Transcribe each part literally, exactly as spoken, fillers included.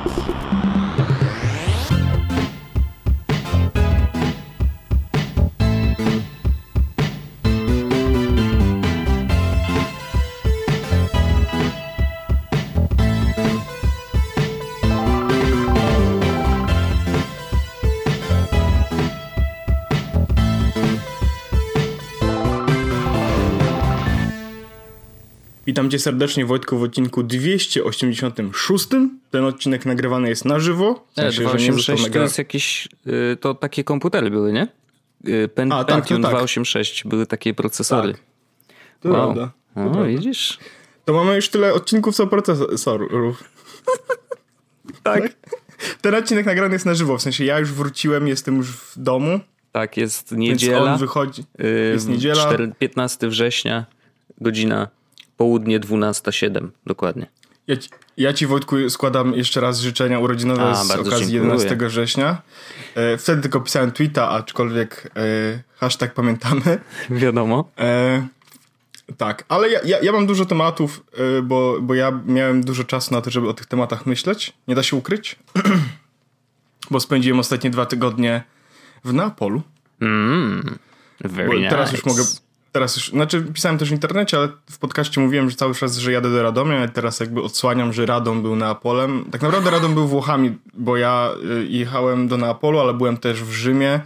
Witam cię serdecznie, Wojtku, w odcinku dwieście osiemdziesiątym szóstym. Ten odcinek nagrywany jest na żywo. W sensie, dwieście osiemdziesiąt sześć nagra... to jest jakieś... To takie komputery były, nie? Pen, A, tak, Pentium tak. dwieście osiemdziesiąt sześć były takie procesory. Tak. To wow. prawda. To o, prawda. Widzisz? To mamy już tyle odcinków, co procesorów. Tak. Ten odcinek nagrany jest na żywo, w sensie ja już wróciłem, jestem już w domu. Tak, jest niedziela. Więc on wychodzi. Jest niedziela. piętnastego września, godzina... Południe dwunasta siedem, dokładnie. Ja ci, ja ci, Wojtku, składam jeszcze raz życzenia urodzinowe A, z okazji dziękuję. jedenastego września. E, wtedy tylko pisałem tweeta, aczkolwiek e, hashtag pamiętamy. Wiadomo. E, tak, ale ja, ja, ja mam dużo tematów, e, bo, bo ja miałem dużo czasu na to, żeby o tych tematach myśleć. Nie da się ukryć. Bo spędziłem ostatnie dwa tygodnie w Neapolu. Mm, very nice. Teraz już mogę... Teraz już, znaczy pisałem też w internecie, ale w podcaście mówiłem, że cały czas, że jadę do Radomia, a teraz jakby odsłaniam, że Radom był Neapolem. Tak naprawdę Radom był Włochami, bo ja jechałem do Neapolu, ale byłem też w Rzymie.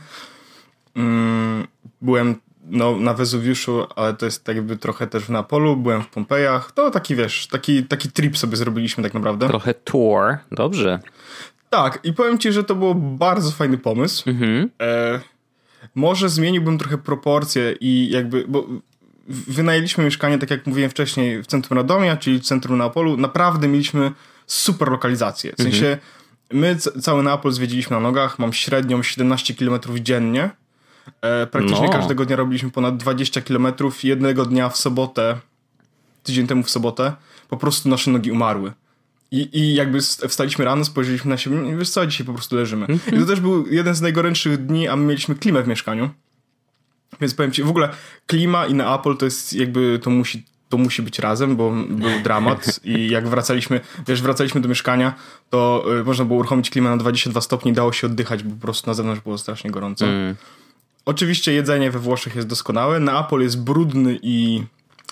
Byłem no, na Wezuwiuszu, ale to jest tak jakby trochę też w Neapolu. Byłem w Pompejach. To taki, wiesz, taki, taki trip sobie zrobiliśmy tak naprawdę. Trochę tour, dobrze. Tak, i powiem ci, że to był bardzo fajny pomysł. Mhm. E- Może zmieniłbym trochę proporcje i jakby, bo wynajęliśmy mieszkanie, tak jak mówiłem wcześniej, w centrum Radomia, czyli w centrum Neapolu. Naprawdę mieliśmy super lokalizację. W sensie my c- cały Neapol zwiedziliśmy na nogach. Mam średnią siedemnaście kilometrów dziennie. E, praktycznie no. każdego dnia robiliśmy ponad dwadzieścia kilometrów. Jednego dnia w sobotę, tydzień temu w sobotę, po prostu nasze nogi umarły. I, I jakby wstaliśmy rano, spojrzeliśmy na siebie i wiesz co, dzisiaj po prostu leżymy. Mm-hmm. I to też był jeden z najgorętszych dni, a my mieliśmy klimę w mieszkaniu. Więc powiem ci, w ogóle klima i Neapol to jest jakby, to musi, to musi być razem, bo był dramat i jak wracaliśmy, wiesz, wracaliśmy do mieszkania, to y, można było uruchomić klimę na dwadzieścia dwa stopnie i dało się oddychać, bo po prostu na zewnątrz było strasznie gorąco. Mm. Oczywiście jedzenie we Włoszech jest doskonałe. Neapol jest brudny i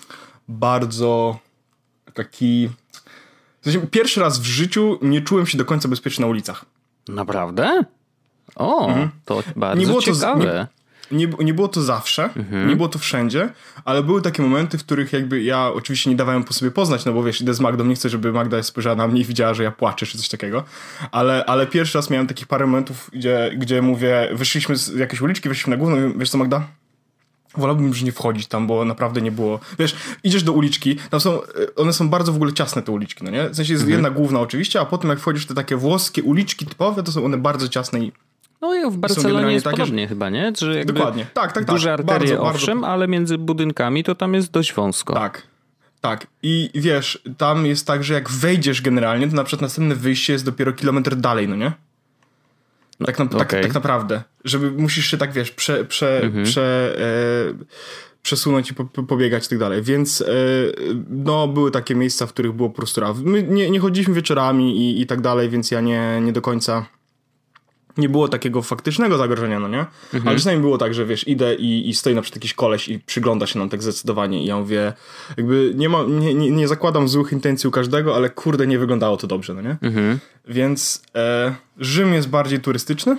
bardzo taki... W sensie, pierwszy raz w życiu nie czułem się do końca bezpiecznie na ulicach. Naprawdę? O, mhm. to bardzo nie było ciekawe. To, nie, nie, nie było to zawsze, mhm. nie było to wszędzie, ale były takie momenty, w których jakby ja oczywiście nie dawałem po sobie poznać, no bo wiesz, idę z Magdą, nie chcę, żeby Magda spojrzała na mnie i widziała, że ja płaczę czy coś takiego, ale, ale pierwszy raz miałem takich parę momentów, gdzie, gdzie mówię, wyszliśmy z jakiejś uliczki, wyszliśmy na główną, wiesz co, Magda? Wolałbym już nie wchodzić tam, bo naprawdę nie było... Wiesz, idziesz do uliczki, tam są... One są bardzo w ogóle ciasne, te uliczki, no nie? W sensie jest mhm. jedna główna oczywiście, a potem jak wchodzisz w te takie włoskie uliczki typowe, to są one bardzo ciasne i... No i w Barcelonie jest takie, podobnie że... chyba, nie? Że jakby dokładnie, tak, tak, tak. Duże arterie, bardzo, owszem, bardzo... ale między budynkami to tam jest dość wąsko. Tak, tak. I wiesz, tam jest tak, że jak wejdziesz generalnie, to na przykład następne wyjście jest dopiero kilometr dalej, no nie? Tak, na, tak, okay. tak naprawdę. Żeby musisz się tak, wiesz, prze, prze, mhm. prze, e, przesunąć i po, po, pobiegać i tak dalej. Więc e, no, były takie miejsca, w których było po prostu... My nie, nie chodziliśmy wieczorami i, i tak dalej, więc ja nie, nie do końca... Nie było takiego faktycznego zagrożenia, no nie? Mhm. Ale czasami było tak, że wiesz, idę i, i stoi na przykład jakiś koleś i przygląda się nam tak zdecydowanie i ja mówię, jakby nie, ma, nie, nie, nie zakładam złych intencji u każdego, ale kurde, nie wyglądało to dobrze, no nie? Mhm. Więc e, Rzym jest bardziej turystyczny.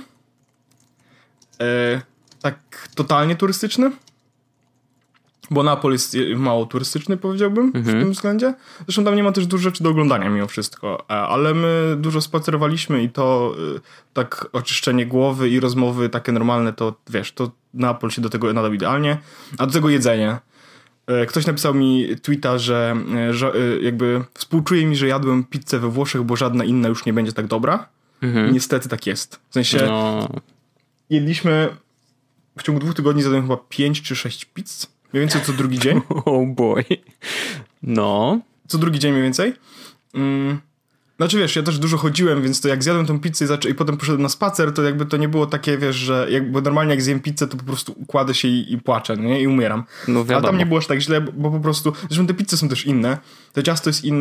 E, tak totalnie turystyczny. Bo Neapol jest mało turystyczny, powiedziałbym, mhm. w tym względzie. Zresztą tam nie ma też dużo rzeczy do oglądania mimo wszystko. Ale my dużo spacerowaliśmy i to tak oczyszczenie głowy i rozmowy takie normalne, to wiesz, to Neapol się do tego nadał idealnie. A do tego jedzenie. Ktoś napisał mi tweeta, że, że jakby współczuje mi, że jadłem pizzę we Włoszech, bo żadna inna już nie będzie tak dobra. Mhm. Niestety tak jest. W sensie no. jedliśmy w ciągu dwóch tygodni zjadłem chyba pięć czy sześć pizz. Mniej więcej co drugi dzień. Oh boy. No. Co drugi dzień mniej więcej. Mm. Znaczy wiesz, ja też dużo chodziłem, więc to jak zjadłem tą pizzę i, zaczę- i potem poszedłem na spacer, to jakby to nie było takie, wiesz, że jak, bo normalnie jak zjem pizzę, to po prostu układę się i, i płaczę, nie? I umieram. No wiadomo. Ale tam nie było aż tak źle, bo, bo po prostu, zresztą te pizze są też inne, to ciasto jest inne.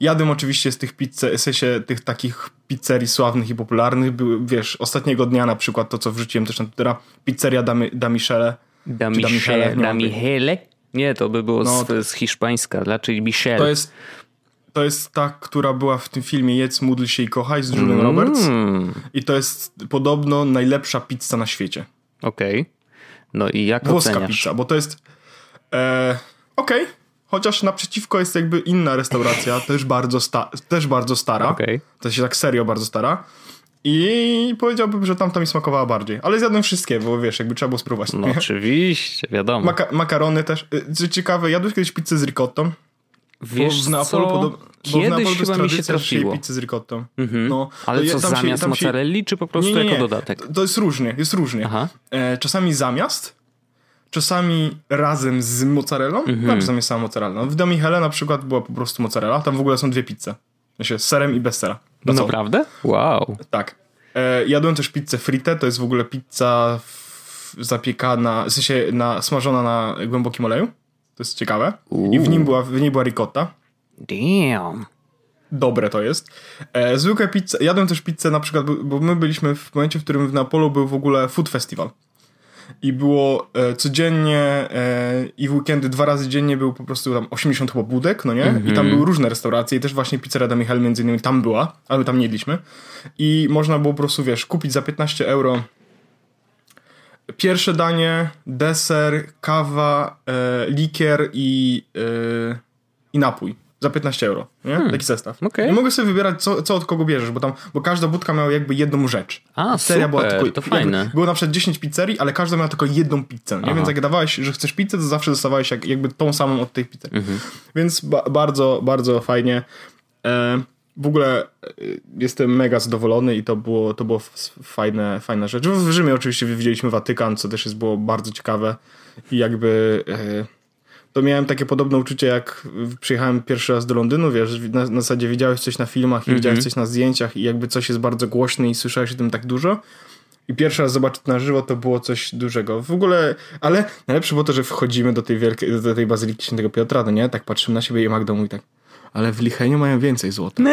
Jadłem oczywiście z tych pizze, w sensie tych takich pizzerii sławnych i popularnych. Były, wiesz, ostatniego dnia na przykład to, co wrzuciłem też na Twittera, pizzeria Da, da Michele. Da Michele? Da Michele? Nie, to by było no, z, z hiszpańska, raczej Michel. To jest, to jest ta, która była w tym filmie Jedz, módl się i kochaj z Julią mm. Roberts. I to jest podobno najlepsza pizza na świecie. Okej. Okay. No i jak Włoska oceniasz? pizza, bo to jest e, okej. Okay. Chociaż naprzeciwko jest jakby inna restauracja, też bardzo, sta- też bardzo stara. Okay. To się tak serio bardzo stara. I powiedziałbym, że tamta mi smakowała bardziej. Ale zjadłem wszystkie, bo wiesz, jakby trzeba było spróbować. No oczywiście, wiadomo. Maka- makarony też. Co ciekawe, jadłeś kiedyś pizzę z ricottą? Wiesz bo w Neapolu co? Podob- bo Kiedyś w Neapolu chyba mi się trafiło. Pizzę z ricottą. Mhm. No, ale co, zamiast się, mozzarelli, się... czy po prostu nie, nie, nie. jako dodatek? To jest różnie, jest różnie. E, czasami zamiast, czasami razem z mozzarellą, mhm. a czasami sama mozzarella. W Da Michele na przykład była po prostu mozzarella, tam w ogóle są dwie pizze. Znaczy z serem i bez sera. No naprawdę? Wow. Tak. E, jadłem też pizzę fritę, to jest w ogóle pizza w, zapiekana, w sensie na, smażona na głębokim oleju. To jest ciekawe. Ooh. I w nim była, w niej była ricotta. Damn. Dobre to jest. E, zwykłe pizze. Jadłem też pizzę na przykład, bo my byliśmy w momencie, w którym w Neapolu był w ogóle food festival. I było e, codziennie e, i w weekendy dwa razy dziennie był po prostu tam osiemdziesiąt chyba budek, no nie? Mm-hmm. I tam były różne restauracje i też właśnie pizzeria Da Michele między innymi tam była, ale my tam nie jedliśmy. I można było po prostu, wiesz, kupić za piętnaście euro pierwsze danie, deser, kawa, e, likier i, e, i napój. Za piętnaście euro, nie? Hmm. Taki zestaw. Okay. I mogę sobie wybierać, co, co od kogo bierzesz, bo tam, bo każda budka miała jakby jedną rzecz. A, Pizzeria super, była tylko, to fajne. Było na przykład dziesięć pizzerii, ale każda miała tylko jedną pizzę, nie? Więc jak dawałeś, że chcesz pizzę, to zawsze dostawałeś jak, jakby tą samą od tej pizzy. Mhm. Więc ba- bardzo, bardzo fajnie. E, w ogóle e, jestem mega zadowolony i to było, to było fajne, fajna rzecz. W Rzymie oczywiście widzieliśmy Watykan, co też jest, było bardzo ciekawe i jakby... E, to miałem takie podobne uczucie, jak przyjechałem pierwszy raz do Londynu, wiesz, na, na zasadzie widziałeś coś na filmach i mm-hmm. widziałeś coś na zdjęciach i jakby coś jest bardzo głośne i słyszałeś o tym tak dużo. I pierwszy raz zobaczyć na żywo to było coś dużego. W ogóle, ale najlepsze było to, że wchodzimy do tej wielkiej, do tej bazyliki Świętego Piotra, no nie? Tak patrzymy na siebie i Magda mówi tak, ale w Licheniu mają więcej złota.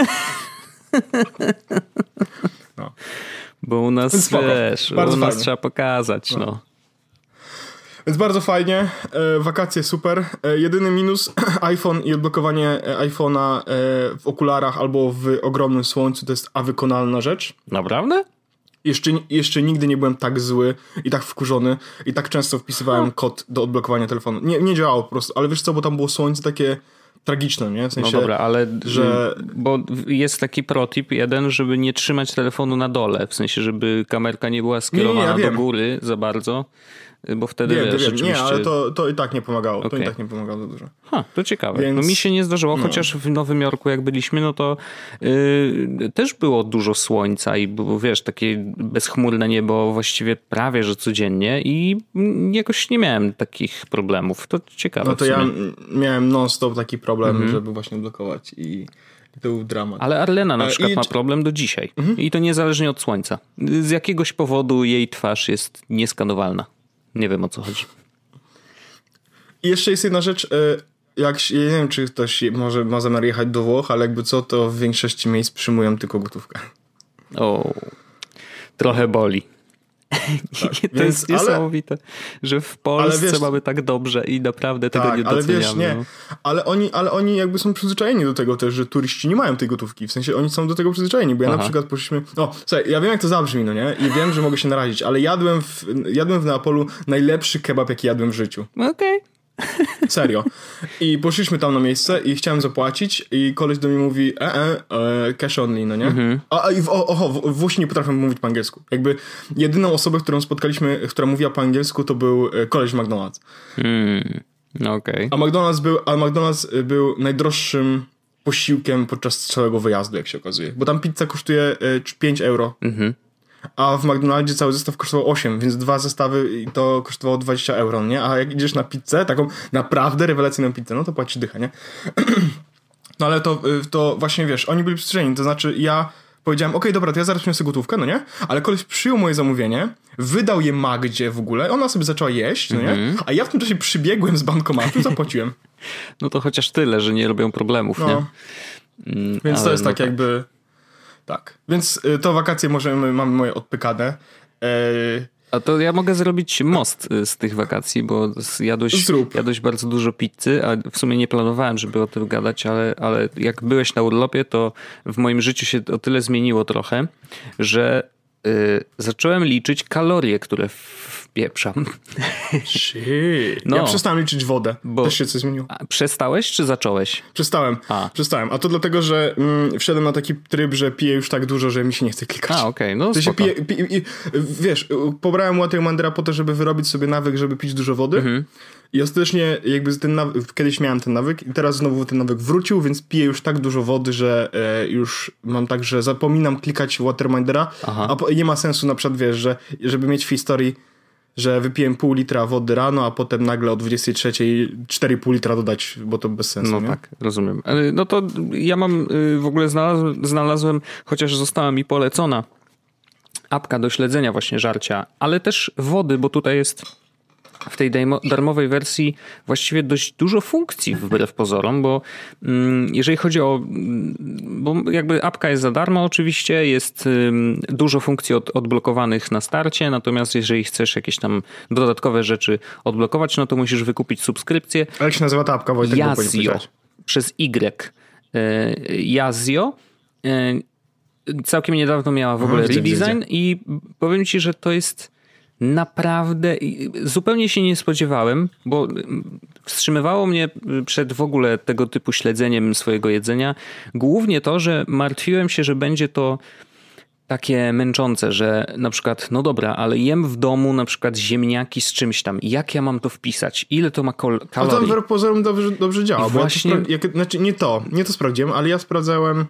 No. Bo u nas, wiesz, u nas trzeba pokazać, no. no. Więc bardzo fajnie, e, wakacje super. E, jedyny minus iPhone i odblokowanie iPhone'a e, w okularach albo w ogromnym słońcu to jest awykonalna rzecz. Naprawdę? Jeszcze, jeszcze nigdy nie byłem tak zły i tak wkurzony i tak często wpisywałem huh. kod do odblokowania telefonu. Nie, nie działało po prostu, ale wiesz co, bo tam było słońce takie tragiczne, nie? W sensie, no dobra, ale że... bo jest taki protip jeden, żeby nie trzymać telefonu na dole, w sensie, żeby kamerka nie była skierowana nie, nie, ja do góry za bardzo. Bo wtedy wiem, wiesz, wiem. rzeczywiście... Nie, ale to, to i tak nie pomagało. Okay. To i tak nie pomagało za dużo. Ha, to ciekawe. Więc... No mi się nie zdarzyło, no. Chociaż w Nowym Jorku jak byliśmy, no to yy, też było dużo słońca i było, wiesz, takie bezchmurne niebo właściwie prawie, że codziennie i jakoś nie miałem takich problemów. To ciekawe. No to ja miałem non-stop taki problem, mhm. żeby właśnie blokować i... I to był dramat. Ale Arlena na przykład I... ma problem do dzisiaj. Mhm. I to niezależnie od słońca. Z jakiegoś powodu jej twarz jest nieskanowalna. Nie wiem, o co chodzi. I jeszcze jest jedna rzecz, jak, ja nie wiem, czy ktoś może ma zamiar jechać do Włoch, ale jakby co, to w większości miejsc przyjmują tylko gotówkę. O, trochę boli. Tak, to więc, jest niesamowite, ale, że w Polsce wiesz, mamy tak dobrze i naprawdę tego tak, nie doceniamy. Ale wiesz, nie, no. ale, oni, ale oni jakby są przyzwyczajeni do tego też, że turyści nie mają tej gotówki. W sensie oni są do tego przyzwyczajeni, bo ja Aha. na przykład poszliśmy... No, słuchaj, ja wiem jak to zabrzmi, no nie? I wiem, że mogę się narazić, ale jadłem w, jadłem w Neapolu najlepszy kebab, jaki jadłem w życiu. Okej. Okay. Serio. I poszliśmy tam na miejsce i chciałem zapłacić i koleś do mnie mówi e, e, e cash only, no nie? Mm-hmm. A, a i w, oho, w, Włosi nie potrafią mówić po angielsku. Jakby jedyną osobę, którą spotkaliśmy, która mówiła po angielsku, to był koleś w McDonald's. Mm, okej. Okay. A McDonald's był, a McDonald's był najdroższym posiłkiem podczas całego wyjazdu, jak się okazuje. Bo tam pizza kosztuje pięć euro. Mhm. A w McDonaldzie cały zestaw kosztował osiem, więc dwa zestawy i to kosztowało dwadzieścia euro, nie? A jak idziesz na pizzę, taką naprawdę rewelacyjną pizzę, no to płacisz dychę, nie? No ale to, to właśnie, wiesz, oni byli przyzwyczajeni, to znaczy ja powiedziałem, okej, okay, dobra, to ja zaraz przyniosę gotówkę, no nie? Ale koleś przyjął moje zamówienie, wydał je Magdzie w ogóle, ona sobie zaczęła jeść, no nie? Mm-hmm. A ja w tym czasie przybiegłem z bankomatu i zapłaciłem. No to chociaż tyle, że nie robią problemów, no. nie? Więc Ale to jest no tak, tak jakby... Tak. Więc to wakacje możemy, mamy moje odpykane. Eee... A to ja mogę zrobić most z tych wakacji, bo jadłeś, jadłeś bardzo dużo pizzy, a w sumie nie planowałem, żeby o tym gadać, ale, ale jak byłeś na urlopie, to w moim życiu się o tyle zmieniło trochę, że y, zacząłem liczyć kalorie, które wpieprzam. Shit. No, ja przestałem liczyć wodę. Bo też się coś zmieniło. Przestałeś czy zacząłeś? Przestałem. A. Przestałem. A to dlatego, że mm, wszedłem na taki tryb, że piję już tak dużo, że mi się nie chce klikać. A, okej. Okay. No to się pije, pije, pije, wiesz, pobrałem Water Mandera po to, żeby wyrobić sobie nawyk, żeby pić dużo wody. Mhm. I ostatecznie jakby ten nawyk, kiedyś miałem ten nawyk i teraz znowu ten nawyk wrócił, więc piję już tak dużo wody, że e, już mam tak, że zapominam klikać Watermindera, a po, nie ma sensu na przykład, wiesz, że żeby mieć w historii, że wypiłem pół litra wody rano, a potem nagle o dwudziestej trzeciej cztery i pół litra dodać, bo to bez sensu. No nie? Tak, rozumiem. No to ja mam w ogóle znalazłem, znalazłem, chociaż została mi polecona apka do śledzenia właśnie żarcia, ale też wody, bo tutaj jest w tej darmowej wersji właściwie dość dużo funkcji wbrew pozorom, bo jeżeli chodzi o, bo jakby apka jest za darmo oczywiście, jest dużo funkcji od, odblokowanych na starcie, natomiast jeżeli chcesz jakieś tam dodatkowe rzeczy odblokować, no to musisz wykupić subskrypcję. A jak się nazywa ta apka, Wojtek? Yazio, przez Y. Yazio. Całkiem niedawno miała w ogóle Aha, redesign i powiem ci, że to jest naprawdę, zupełnie się nie spodziewałem, bo wstrzymywało mnie przed w ogóle tego typu śledzeniem swojego jedzenia głównie to, że martwiłem się, że będzie to takie męczące, że na przykład, no dobra, ale jem w domu na przykład ziemniaki z czymś tam. Jak ja mam to wpisać? Ile to ma kol- kalorii? A to wbrew pozorom dobrze, dobrze działa. Bo właśnie... ja to spra- jak, znaczy nie to, nie to sprawdziłem, ale ja sprawdzałem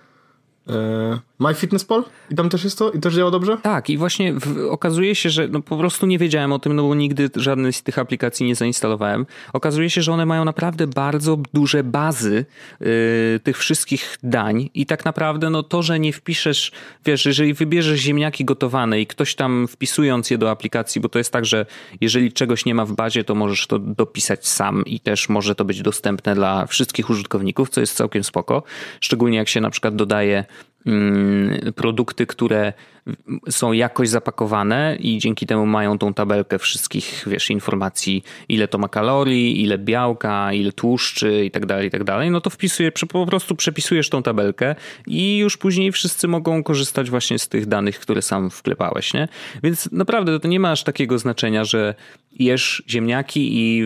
MyFitnessPal i tam też jest to? I też działa dobrze? Tak, i właśnie w, okazuje się, że no po prostu nie wiedziałem o tym, no bo nigdy żadnej z tych aplikacji nie zainstalowałem. Okazuje się, że one mają naprawdę bardzo duże bazy yy, tych wszystkich dań i tak naprawdę no to, że nie wpiszesz, wiesz, jeżeli wybierzesz ziemniaki gotowane i ktoś tam wpisując je do aplikacji, bo to jest tak, że jeżeli czegoś nie ma w bazie, to możesz to dopisać sam i też może to być dostępne dla wszystkich użytkowników, co jest całkiem spoko. Szczególnie jak się na przykład dodaje produkty, które są jakoś zapakowane i dzięki temu mają tą tabelkę wszystkich, wiesz, informacji, ile to ma kalorii, ile białka, ile tłuszczy i tak dalej, i tak dalej, no to wpisuje, po prostu przepisujesz tą tabelkę i już później wszyscy mogą korzystać właśnie z tych danych, które sam wklepałeś, nie? Więc naprawdę to nie ma aż takiego znaczenia, że jesz ziemniaki i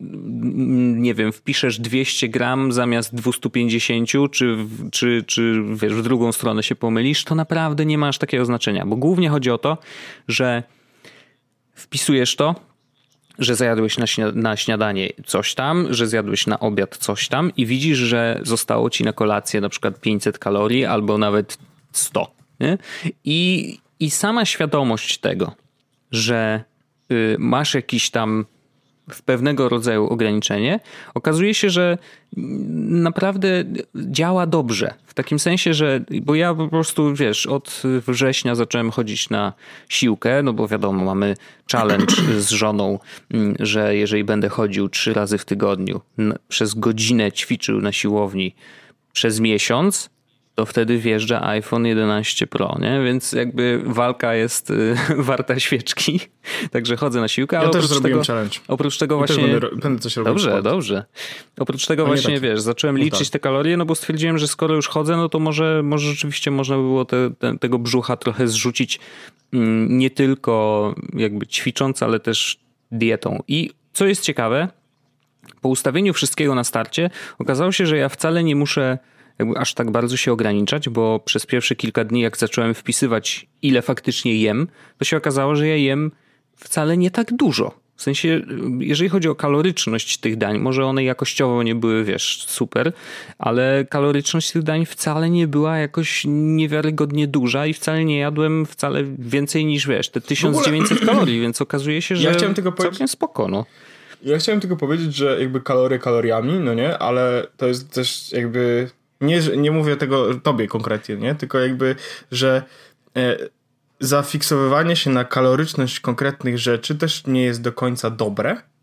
nie wiem, wpiszesz dwieście gram zamiast dwieście pięćdziesiąt, czy, czy, czy wiesz, w drugą stronę się pomylisz, to naprawdę nie ma aż takiego znaczenia, bo głównie chodzi o to, że wpisujesz to, że zjadłeś na, śnia- na śniadanie coś tam, że zjadłeś na obiad coś tam i widzisz, że zostało ci na kolację na przykład pięćset kalorii albo nawet sto. Nie? I, i sama świadomość tego, że y, masz jakiś tam w pewnego rodzaju ograniczenie, okazuje się, że naprawdę działa dobrze. W takim sensie, że, bo ja po prostu, wiesz, od września zacząłem chodzić na siłkę, no bo wiadomo, mamy challenge z żoną, że jeżeli będę chodził trzy razy w tygodniu, przez godzinę ćwiczył na siłowni przez miesiąc, to wtedy wjeżdża iPhone jedenaście Pro, nie? Więc jakby walka jest y, warta świeczki. Także chodzę na siłkę. Ja ale też oprócz zrobiłem tego, challenge. Oprócz tego I właśnie... Będę, będę coś robił. Dobrze, dobrze. Oprócz tego właśnie, tak. wiesz, zacząłem no liczyć tak. te kalorie, no bo stwierdziłem, że skoro już chodzę, no to może, może rzeczywiście można by było te, te, tego brzucha trochę zrzucić mm, nie tylko jakby ćwicząc, ale też dietą. I co jest ciekawe, po ustawieniu wszystkiego na starcie okazało się, że ja wcale nie muszę jakby aż tak bardzo się ograniczać, bo przez pierwsze kilka dni, jak zacząłem wpisywać, ile faktycznie jem, to się okazało, że ja jem wcale nie tak dużo. W sensie, jeżeli chodzi o kaloryczność tych dań, może one jakościowo nie były, wiesz, super, ale kaloryczność tych dań wcale nie była jakoś niewiarygodnie duża i wcale nie jadłem wcale więcej niż, wiesz, te tysiąc dziewięćset kalorii, więc okazuje się, że ja chciałem tylko całkiem spoko, no. Ja chciałem tylko powiedzieć, że jakby kalorie kaloriami, no nie, ale to jest też jakby... Nie, nie mówię tego tobie konkretnie, nie? Tylko jakby, że e, zafiksowywanie się na kaloryczność konkretnych rzeczy też nie jest do końca dobre,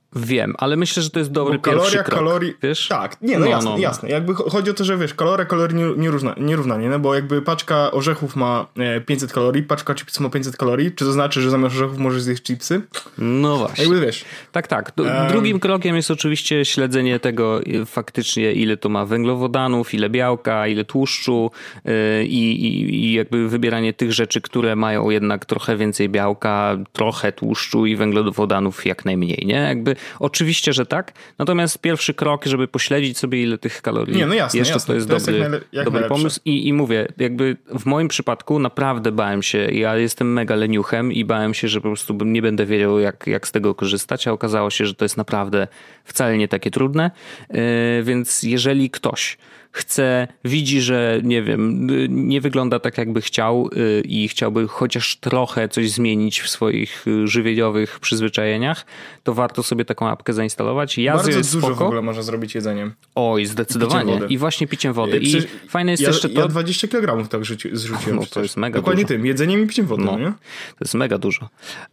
Wiem, ale myślę, że to jest dobry Bo kaloria, pierwszy krok, kalorii, wiesz? Tak, nie, no, no jasne, no, no. jasne. Jakby chodzi o to, że wiesz, kaloria kalorii nierówna, nierównanie, no bo jakby paczka orzechów ma pięćset kalorii, paczka chipsów ma pięćset kalorii, czy to znaczy, że zamiast orzechów możesz zjeść chipsy? No właśnie. Jakby wiesz. Tak, tak. Um... Drugim krokiem jest oczywiście śledzenie tego faktycznie, ile to ma węglowodanów, ile białka, ile tłuszczu yy, i, i jakby wybieranie tych rzeczy, które mają jednak trochę więcej białka, trochę tłuszczu i węglowodanów jak najmniej, nie? Jakby oczywiście, że tak. Natomiast pierwszy krok, żeby pośledzić sobie, ile tych kalorii nie, no jasne, jeszcze, jasne. to jest to dobry, jest jak najle- jak dobry pomysł. I, I mówię, jakby w moim przypadku naprawdę bałem się, ja jestem mega leniuchem i bałem się, że po prostu nie będę wiedział, jak, jak z tego korzystać, a okazało się, że to jest naprawdę wcale nie takie trudne. Yy, więc jeżeli ktoś chce, widzi, że nie wiem, nie wygląda tak jakby chciał yy, i chciałby chociaż trochę coś zmienić w swoich żywieniowych przyzwyczajeniach, to warto sobie taką apkę zainstalować. Yazio Bardzo jest dużo spoko. w ogóle można zrobić jedzeniem. Oj, zdecydowanie. I, I właśnie piciem wody. I Przecież fajne jest ja, jeszcze to... Ja dwadzieścia kilogramów tak rzuci, zrzuciłem. No to jest mega Dokładnie dużo. tym, jedzeniem i piciem wody, no, nie? To jest mega dużo.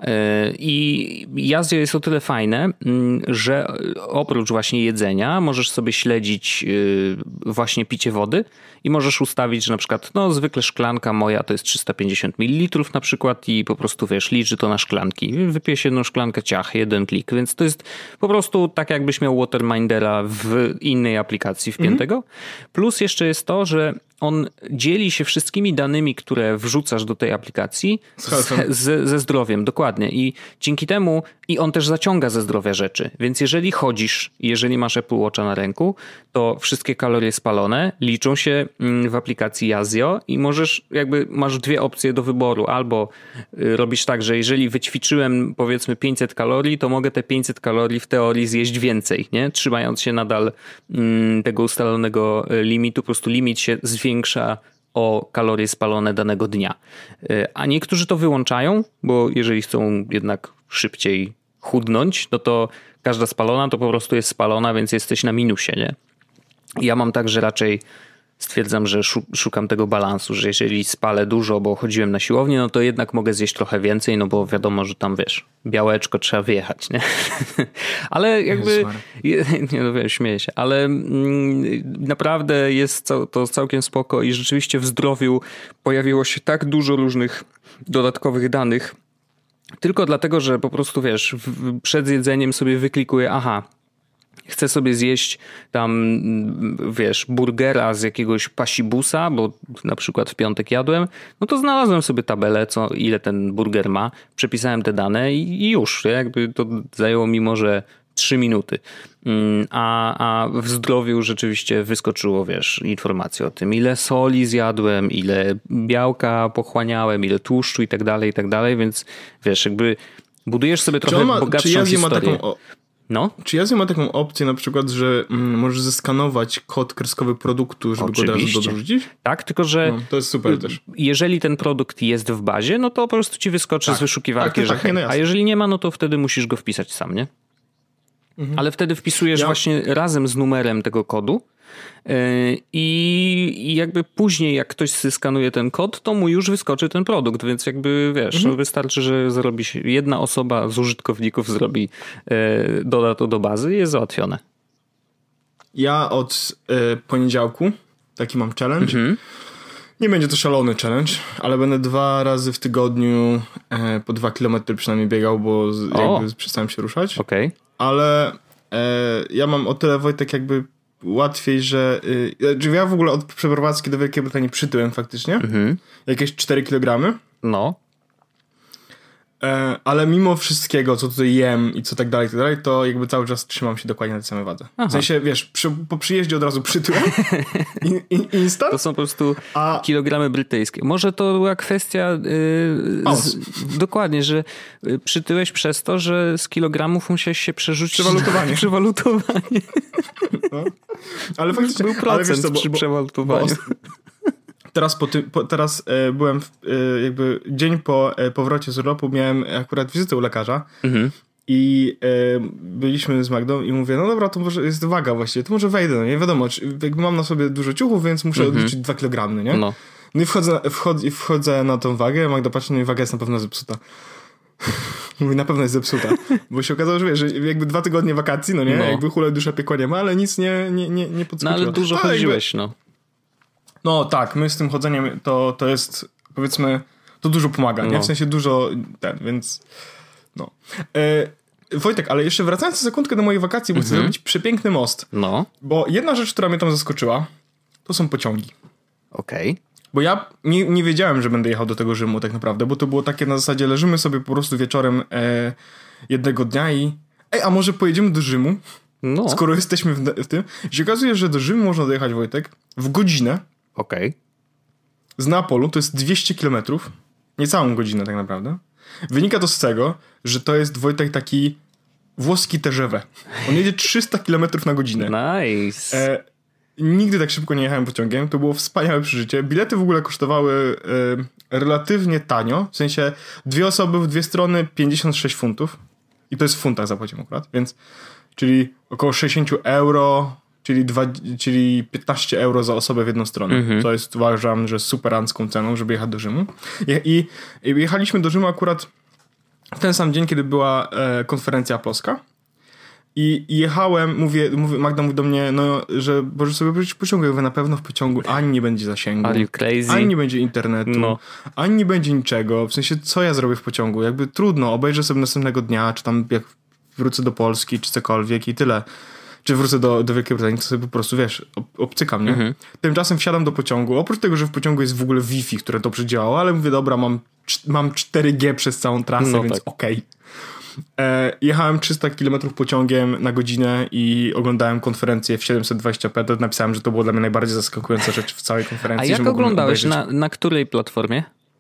I Yazio jest o tyle fajne, że oprócz właśnie jedzenia możesz sobie śledzić właśnie picie wody i możesz ustawić, że na przykład no zwykle szklanka moja to jest trzysta pięćdziesiąt mililitrów na przykład i po prostu wiesz, liczy to na szklanki. Wypijesz jedną szklankę, ciach, jeden klik, więc to jest po prostu tak jakbyś miał Watermindera w innej aplikacji wpiętego. Mhm. Plus jeszcze jest to, że on dzieli się wszystkimi danymi, które wrzucasz do tej aplikacji z, z, ze zdrowiem, dokładnie. I dzięki temu, i on też zaciąga ze zdrowia rzeczy. Więc jeżeli chodzisz, jeżeli masz Apple Watcha na ręku, to wszystkie kalorie spalone liczą się w aplikacji Yazio i możesz, jakby masz dwie opcje do wyboru. Albo robisz tak, że jeżeli wyćwiczyłem powiedzmy pięćset kalorii, to mogę te pięćset kalorii w teorii zjeść więcej, nie? Trzymając się nadal mm, tego ustalonego limitu, po prostu limit się zwiększa większa o kalorie spalone danego dnia. A niektórzy to wyłączają, bo jeżeli chcą jednak szybciej chudnąć, no to każda spalona to po prostu jest spalona, więc jesteś na minusie, nie? Ja mam tak, że raczej stwierdzam, że szukam tego balansu, że jeżeli spalę dużo, bo chodziłem na siłownię, no to jednak mogę zjeść trochę więcej, no bo wiadomo, że tam wiesz, białeczko trzeba wyjechać, nie? Ale jakby, nie no wiem, śmieję się, ale mm, naprawdę jest to całkiem spoko i rzeczywiście w zdrowiu pojawiło się tak dużo różnych dodatkowych danych, tylko dlatego, że po prostu wiesz, w, przed jedzeniem sobie wyklikuję, aha, chcę sobie zjeść tam, wiesz, burgera z jakiegoś pasibusa, bo na przykład w piątek jadłem, no to znalazłem sobie tabelę, co, ile ten burger ma, przepisałem te dane i już, jakby to zajęło mi może trzy minuty. A, a w zdrowiu rzeczywiście wyskoczyło, wiesz, informacje o tym, ile soli zjadłem, ile białka pochłaniałem, ile tłuszczu i tak dalej, i tak dalej, więc wiesz, jakby budujesz sobie trochę ma, bogatszą czy historię. Ma taką o... No? Czy Yazio ma taką opcję na przykład, że mm, możesz zeskanować kod kreskowy produktu, żeby Oczywiście. go od razu dorzucić? Tak, tylko że no, to jest super też. Jeżeli ten produkt jest w bazie, no to po prostu ci wyskoczy tak. z wyszukiwarki, tak, tak, że tak, nie, no a jeżeli nie ma, no to wtedy musisz go wpisać sam, nie? Mhm. Ale wtedy wpisujesz ja... właśnie razem z numerem tego kodu yy, i jakby później jak ktoś skanuje ten kod, to mu już wyskoczy ten produkt, więc jakby wiesz, mhm. no wystarczy, że zrobi się, jedna osoba z użytkowników zrobi, yy, doda to do bazy i jest załatwione. Ja od yy, poniedziałku taki mam challenge. Mhm. Nie będzie to szalony challenge, ale będę dwa razy w tygodniu e, po dwa kilometry przynajmniej biegał, bo z, jakby przestałem się ruszać. Okej. Okay. Ale e, ja mam o tyle, Wojtek, jakby łatwiej, że y, ja w ogóle od przeprowadzki do Wielkiej Brytanii przytyłem faktycznie. Mhm. Jakieś cztery kilogramy. No. E, ale mimo wszystkiego, co tutaj jem i co tak dalej, tak dalej, to jakby cały czas trzymam się dokładnie na tej samej wadze. Aha. W sensie, wiesz, przy, po przyjeździe od razu przytyłem. in, in, instant. To są po prostu A... kilogramy brytyjskie. Może to była kwestia yy, z, dokładnie, że przytyłeś przez to, że z kilogramów musiałeś się przerzucić. Przewalutowanie. Przewalutowanie. No. Ale faktycznie był procent ale wiesz co, bo, przy przewalutowaniu. Bo, Teraz, po ty, po, teraz e, byłem w, e, jakby dzień po e, powrocie z urlopu miałem akurat wizytę u lekarza mhm. i e, byliśmy z Magdą i mówię, no dobra, to może jest waga właściwie, to może wejdę, no nie wiadomo, czy, jakby mam na sobie dużo ciuchów, więc muszę mhm. odliczyć dwa kilogramy, nie? No. No i wchodzę, wchodzę, wchodzę na tą wagę, Magda patrzy, no i waga jest na pewno zepsuta. Mówi, na pewno jest zepsuta. Bo się okazało, że wiesz, że jakby dwa tygodnie wakacji, no nie? No. Jakby hula dusza piekła nie ma, ale nic nie, nie, nie, nie podskoczyło. No ale dużo a, chodziłeś, jakby... no. No tak, my z tym chodzeniem to, to jest, powiedzmy, to dużo pomaga, no. nie? W sensie dużo ten, więc no. E, Wojtek, ale jeszcze wracając na sekundkę do mojej wakacji, bo mm-hmm. chcę zrobić przepiękny most. No. Bo jedna rzecz, która mnie tam zaskoczyła, to są pociągi. Okej. Okay. Bo ja nie, nie wiedziałem, że będę jechał do tego Rzymu tak naprawdę, bo to było takie na zasadzie, leżymy sobie po prostu wieczorem e, jednego dnia i ej, a może pojedziemy do Rzymu? No. Skoro jesteśmy w, w tym. I się okazuje, że do Rzymu można dojechać, Wojtek, w godzinę. Okej. Okay. Z Neapolu to jest dwieście kilometrów. Niecałą godzinę tak naprawdę. Wynika to z tego, że to jest, Wojtek, taki włoski T G V. On jedzie trzysta kilometrów na godzinę. Nice. E, nigdy tak szybko nie jechałem pociągiem. To było wspaniałe przeżycie. Bilety w ogóle kosztowały e, relatywnie tanio. W sensie dwie osoby w dwie strony pięćdziesiąt sześć funtów. I to jest w funtach zapłaciłem akurat. Więc, czyli około sześćdziesiąt euro... Czyli, dwa, czyli piętnaście euro za osobę w jedną stronę. Mm-hmm. To jest, uważam, że superancką ceną, żeby jechać do Rzymu. I, i, i jechaliśmy do Rzymu akurat w ten sam dzień, kiedy była e, konferencja polska. I, I jechałem, mówię, mówię, Magda mówi do mnie, no, że możesz sobie powiedzieć pociągu. Ja mówię, na pewno w pociągu ani nie będzie zasięgu, Are you crazy? Ani nie będzie internetu, no. ani nie będzie niczego. W sensie, co ja zrobię w pociągu? Jakby trudno, obejrzę sobie następnego dnia, czy tam jak wrócę do Polski, czy cokolwiek i tyle. Czy wrócę do, do Wielkiej Brytanii, to sobie po prostu, wiesz, ob- obcykam, nie? Mhm. Tymczasem wsiadam do pociągu, oprócz tego, że w pociągu jest w ogóle Wi-Fi, które to przedziałało, ale mówię, dobra, mam, mam cztery G przez całą trasę, no więc tak. okej. Okay. E, jechałem trzysta kilometrów pociągiem na godzinę i oglądałem konferencję w siedemset dwadzieścia p. To napisałem, że to było dla mnie najbardziej zaskakująca rzecz w całej konferencji. A jak oglądałeś? Na, na której platformie?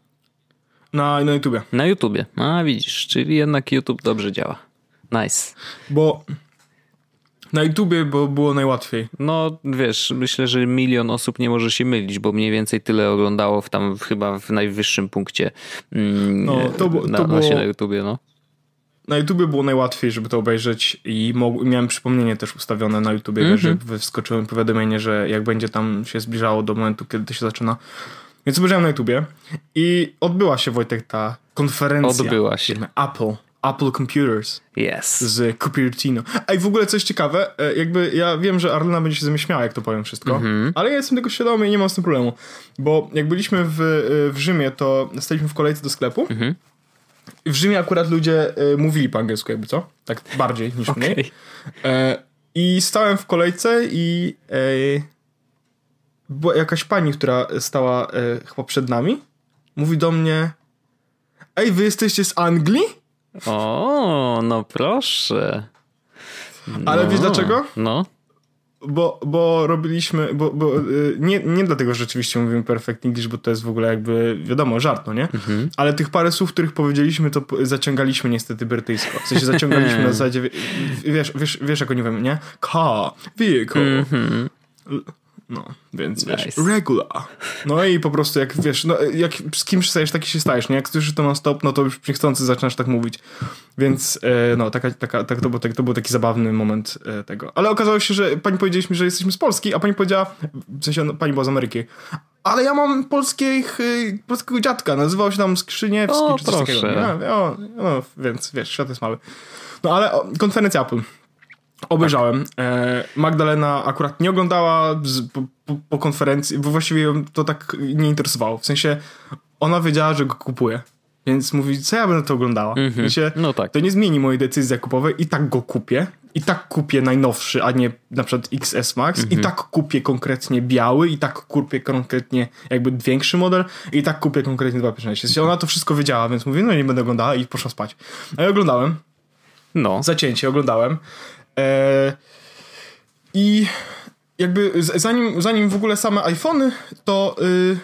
Na, na YouTubie. Na YouTubie. A widzisz, czyli jednak YouTube dobrze działa. Nice. Bo... Na YouTubie, bo było najłatwiej. No wiesz, myślę, że milion osób nie może się mylić, bo mniej więcej tyle oglądało w tam chyba w najwyższym punkcie mm, no, to, to na, było, na YouTubie. No. Na YouTubie było najłatwiej, żeby to obejrzeć i mog- miałem przypomnienie też ustawione na YouTubie, mm-hmm. że wyskoczyło mi powiadomienie, że jak będzie tam się zbliżało do momentu, kiedy to się zaczyna. Więc obejrzałem na YouTubie i odbyła się, Wojtek, ta konferencja. Odbyła się. Firmy Apple. Apple Computers. Yes. Z Cupertino. A i w ogóle coś ciekawe, jakby ja wiem, że Arlena będzie się ze mnie śmiała, jak to powiem wszystko, mm-hmm. ale ja jestem tego świadomy i nie mam z tym problemu. Bo jak byliśmy w, w Rzymie, to staliśmy w kolejce do sklepu. Mm-hmm. W Rzymie akurat ludzie y, mówili po angielsku, jakby co? Tak bardziej niż okay. mniej. E, I stałem w kolejce i e, była jakaś pani, która stała e, chyba przed nami, mówi do mnie: ej, wy jesteście z Anglii? O, no proszę. No. Ale wiesz dlaczego? No. Bo, bo robiliśmy, bo, bo nie, nie dlatego, że rzeczywiście mówimy perfect English, bo to jest w ogóle jakby, wiadomo, żart, no nie? Mhm. Ale tych parę słów, których powiedzieliśmy, to zaciągaliśmy niestety brytyjsko. W sensie zaciągaliśmy na zasadzie, wiesz, wiesz, wiesz jak oni mówią, nie? Car, vehicle. Mhm. No, więc nice. Wiesz, regular. No i po prostu jak, wiesz, no, jak z kimś stajesz, taki się stajesz, nie? Jak słyszysz to non stop, no to już niechcący zaczynasz tak mówić. Więc, e, no, taka, taka, tak, to, był, tak, to był taki zabawny moment e, tego. Ale okazało się, że pani powiedzieliśmy, że jesteśmy z Polski, a pani powiedziała, w sensie, no, pani była z Ameryki, ale ja mam polskich, y, polskiego dziadka, nazywał się tam Skrzyniewski, o, czy coś proszę. takiego. No, no, więc, wiesz, świat jest mały. No, ale o, konferencja Apple. Obejrzałem. E, Magdalena akurat nie oglądała z, po, po, po konferencji, bo właściwie ją to tak nie interesowało. W sensie ona wiedziała, że go kupuje. Więc mówi, co ja będę to oglądała? Mm-hmm. W sensie, no tak. To nie zmieni mojej decyzji zakupowej. I tak go kupię. I tak kupię najnowszy, a nie na przykład X S Max. Mm-hmm. I tak kupię konkretnie biały. I tak kupię konkretnie jakby większy model. I tak kupię konkretnie dwa pięć. W sensie ona to wszystko wiedziała, więc mówi, no nie będę oglądała i poszła spać. A ja oglądałem. No. Zacięcie oglądałem. Eee, I jakby zanim, zanim w ogóle same iPhony, to yy,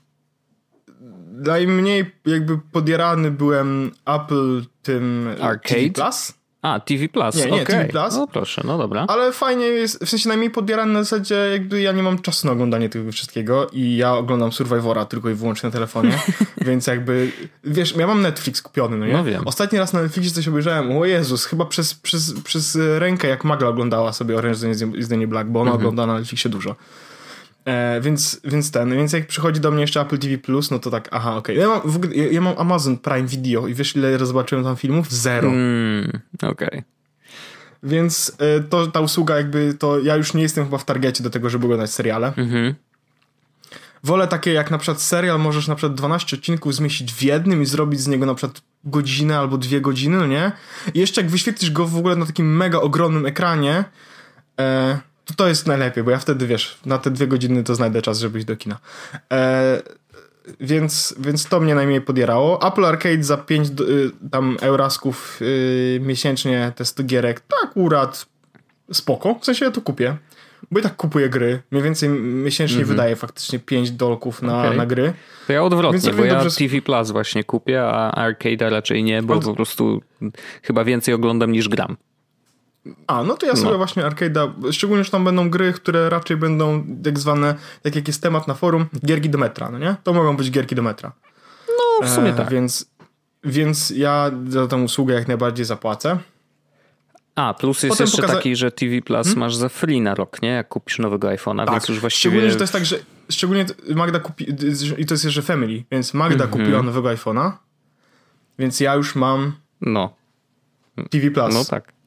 najmniej jakby podjarany byłem Apple tym Arcade? T V Plus. A, T V Plus, Nie, nie, okay. T V Plus. No proszę, no dobra. Ale fajnie jest, w sensie najmniej podjarany na zasadzie jakby ja nie mam czasu na oglądanie tego wszystkiego i ja oglądam Survivora tylko i wyłącznie na telefonie, więc jakby, wiesz, ja mam Netflix kupiony, no nie? No wiem. Ostatni raz na Netflixie coś obejrzałem, o Jezus, chyba przez, przez, przez rękę jak Magda oglądała sobie Orange is the New Black, bo ona mhm. ogląda na Netflixie dużo. E, więc, więc ten, więc jak przychodzi do mnie jeszcze Apple T V Plus, no to tak, aha, okej. Okay. Ja, mam, w ogóle, ja, ja mam Amazon Prime Video i wiesz, ile zobaczyłem tam filmów? Zero. Mm, okej. Okay. Więc e, to, ta usługa jakby, to ja już nie jestem chyba w targecie do tego, żeby oglądać seriale. Mhm. Wolę takie jak na przykład serial, możesz na przykład dwanaście odcinków zmieścić w jednym i zrobić z niego na przykład godzinę albo dwie godziny, no nie? I jeszcze jak wyświetlisz go w ogóle na takim mega ogromnym ekranie, e, to to jest najlepiej, bo ja wtedy, wiesz, na te dwie godziny to znajdę czas, żeby iść do kina. E, więc, więc to mnie najmniej podjerało. Apple Arcade za pięć y, tam eurasków y, miesięcznie te sto gierek, to akurat spoko. W sensie ja to kupię. Bo i tak kupuję gry. Mniej więcej miesięcznie mm-hmm. wydaję faktycznie pięć dolków na, okay. na gry. To ja odwrotnie, Więc bo ja dobrze... T V Plus właśnie kupię, a Arcade'a raczej nie, bo Ale... po prostu chyba więcej oglądam niż gram. A, no to ja sobie no. właśnie Arcade'a, szczególnie, że tam będą gry, które raczej będą tak zwane, tak jak jest temat na forum, gierki do metra, no nie? To mogą być gierki do metra. No, w sumie e, tak. Więc, więc ja za tę usługę jak najbardziej zapłacę. A, plus jest Potem jeszcze pokaza... taki, że T V Plus hmm? masz za free na rok, nie? Jak kupisz nowego iPhone'a, tak. więc już właściwie... Szczególnie, że to jest tak, że szczególnie Magda kupi... I to jest jeszcze family, więc Magda mm-hmm. kupiła nowego iPhone'a, więc ja już mam no. T V Plus. No tak.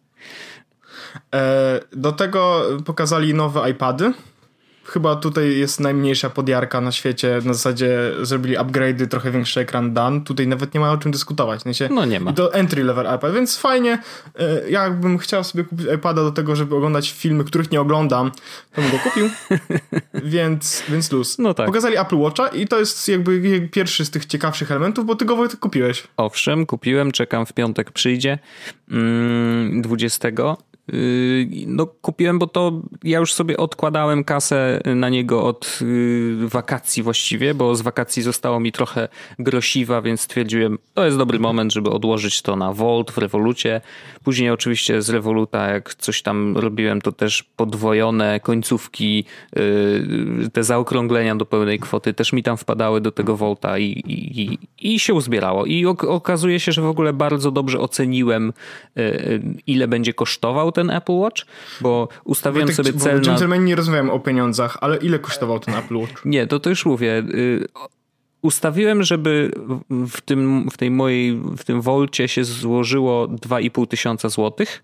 E, do tego pokazali nowe iPady. Chyba tutaj jest najmniejsza podjarka na świecie. Na zasadzie zrobili upgrade'y, trochę większy ekran dan. Tutaj nawet nie ma o czym dyskutować. Nie? No nie ma. I to entry level iPad, więc fajnie. Ja jakbym chciał sobie kupić iPada do tego, żeby oglądać filmy, których nie oglądam, to bym go kupił. więc, więc luz. No tak. Pokazali Apple Watcha i to jest jakby pierwszy z tych ciekawszych elementów, bo ty go Wojtek kupiłeś. Owszem, kupiłem. Czekam, w piątek przyjdzie. dwudziestego. No kupiłem, bo to ja już sobie odkładałem kasę na niego od wakacji właściwie, bo z wakacji zostało mi trochę grosiwa, więc stwierdziłem, to jest dobry moment, żeby odłożyć to na Volt w Revolucie. Później oczywiście z Revoluta, jak coś tam robiłem, to też podwojone końcówki, te zaokrąglenia do pełnej kwoty też mi tam wpadały do tego Volta i, i, i się uzbierało. I okazuje się, że w ogóle bardzo dobrze oceniłem, ile będzie kosztował ten Apple Watch, bo ustawiłem bo tak, sobie cel na... Gentleman nie rozmawiam o pieniądzach, ale ile kosztował ten Apple Watch? Nie, to to już mówię. Ustawiłem, żeby w tym, w tej mojej, w tym Volcie się złożyło dwa i pół tysiąca złotych.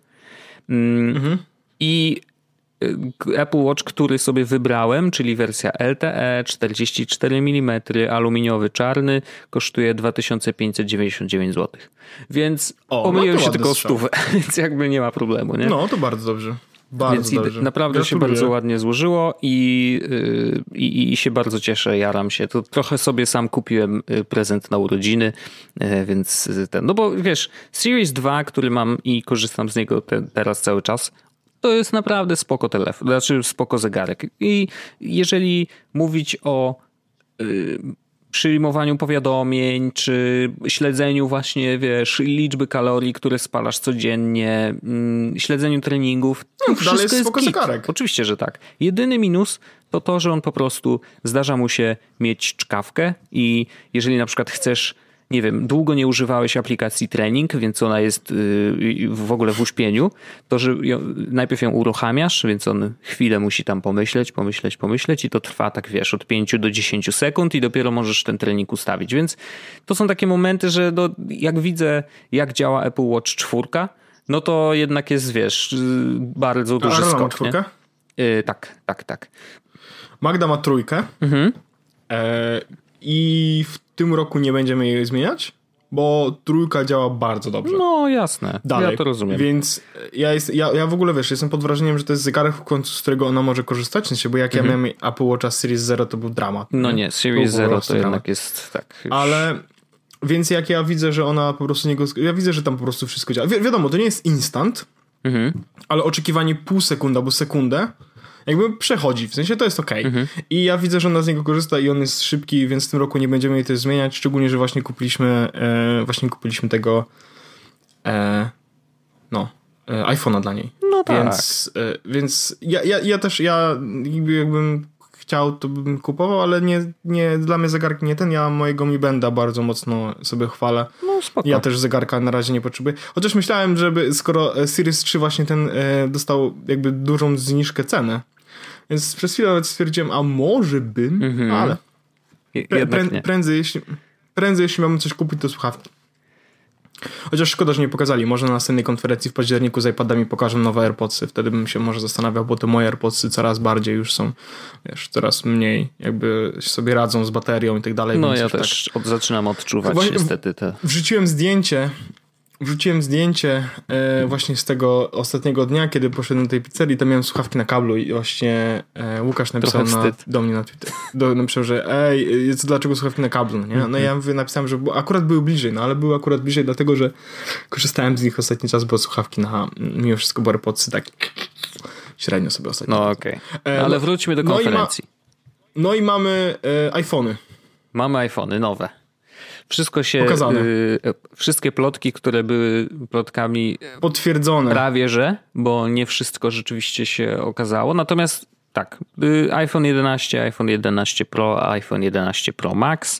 Mhm. I Apple Watch, który sobie wybrałem, czyli wersja L T E, czterdzieści cztery milimetry, aluminiowy czarny, kosztuje dwa tysiące pięćset dziewięćdziesiąt dziewięć złotych. Więc o, pomyliłem no się tylko o stówę, więc jakby nie ma problemu, nie? No, to bardzo dobrze. Bardzo Więc dobrze. Naprawdę Gratuluję. się bardzo ładnie złożyło i, i, i się bardzo cieszę, jaram się. To trochę sobie sam kupiłem prezent na urodziny, więc ten, no bo wiesz, Series dwa, który mam i korzystam z niego te, teraz cały czas, to jest naprawdę spoko telefon, znaczy spoko zegarek. I jeżeli mówić o y, przyjmowaniu powiadomień, czy śledzeniu właśnie, wiesz, liczby kalorii, które spalasz codziennie, y, śledzeniu treningów, to no, wszystko jest spoko zegarek. Oczywiście, że tak. Jedyny minus to to, że on po prostu zdarza mu się mieć czkawkę i jeżeli na przykład chcesz, nie wiem, długo nie używałeś aplikacji trening, więc ona jest yy, w ogóle w uśpieniu, to że ją, najpierw ją uruchamiasz, więc on chwilę musi tam pomyśleć, pomyśleć, pomyśleć i to trwa tak, wiesz, od pięciu do dziesięciu sekund i dopiero możesz ten trening ustawić. Więc to są takie momenty, że do, jak widzę, jak działa Apple Watch cztery, no to jednak jest, wiesz, bardzo duży A, skok. czwórkę? Yy, tak, tak, tak. Magda ma trójkę mhm. e, i w tym roku nie będziemy jej zmieniać, bo trójka działa bardzo dobrze. No jasne, Dalej. ja to rozumiem. Więc ja, jest, ja, ja w ogóle, wiesz, jestem pod wrażeniem, że to jest zegarek, w końcu z którego ona może korzystać, w sensie, bo jak mhm. ja miałem Apple Watcha Series Zero, to był dramat. No nie, Series Zero to dramat. Jednak jest tak. Już... Ale, więc jak ja widzę, że ona po prostu nie go... Ja widzę, że tam po prostu wszystko działa. Wi- wiadomo, to nie jest instant, mhm. ale oczekiwanie pół sekundy albo sekundę jakby przechodzi, w sensie to jest okej. Okay. Mhm. I ja widzę, że ona z niego korzysta i on jest szybki, więc w tym roku nie będziemy jej też zmieniać, szczególnie, że właśnie kupiliśmy e, właśnie kupiliśmy tego e, no e, iPhone'a dla niej. No tak. Więc, e, więc ja, ja, ja też, ja jakbym chciał, to bym kupował, ale nie, nie dla mnie zegarki nie ten, ja mojego Mi Banda bardzo mocno sobie chwalę. No spoko. Ja też zegarka na razie nie potrzebuję. Chociaż myślałem, żeby skoro Series trzy właśnie ten e, dostał jakby dużą zniżkę ceny, Więc przez chwilę nawet stwierdziłem, a może bym, mm-hmm. ale prę- prę- prędzej, jeśli, prędzej jeśli mamy coś kupić, to słuchawki. Chociaż szkoda, że nie pokazali. Może na następnej konferencji w październiku z iPadami pokażą nowe AirPodsy. Wtedy bym się może zastanawiał, bo te moje AirPodsy coraz bardziej już są, wiesz, coraz mniej jakby sobie radzą z baterią i tak dalej. No ja też tak... od, zaczynam odczuwać Właśnie niestety te... Wrzuciłem zdjęcie Wrzuciłem zdjęcie e, właśnie z tego ostatniego dnia, kiedy poszedłem do tej pizzerii, to miałem słuchawki na kablu i właśnie e, Łukasz napisał na, do mnie na Twitter, do, napisał, że ej, dlaczego słuchawki na kablu, no nie? No ja mówię, napisałem, że akurat były bliżej, no ale były akurat bliżej dlatego, że korzystałem z nich ostatni czas, bo słuchawki na, mimo wszystko, bo AirPodsy tak średnio sobie ostatnio. No okej, okay. Ale wróćmy do konferencji. No i, ma, no i mamy e, iPhony. Mamy iPhony nowe. Wszystko się, y, wszystkie plotki, które były plotkami potwierdzone. Prawie że, bo nie wszystko rzeczywiście się okazało. Natomiast tak, y, iPhone jedenaście, iPhone jedenaście Pro, iPhone jedenaście Pro Max.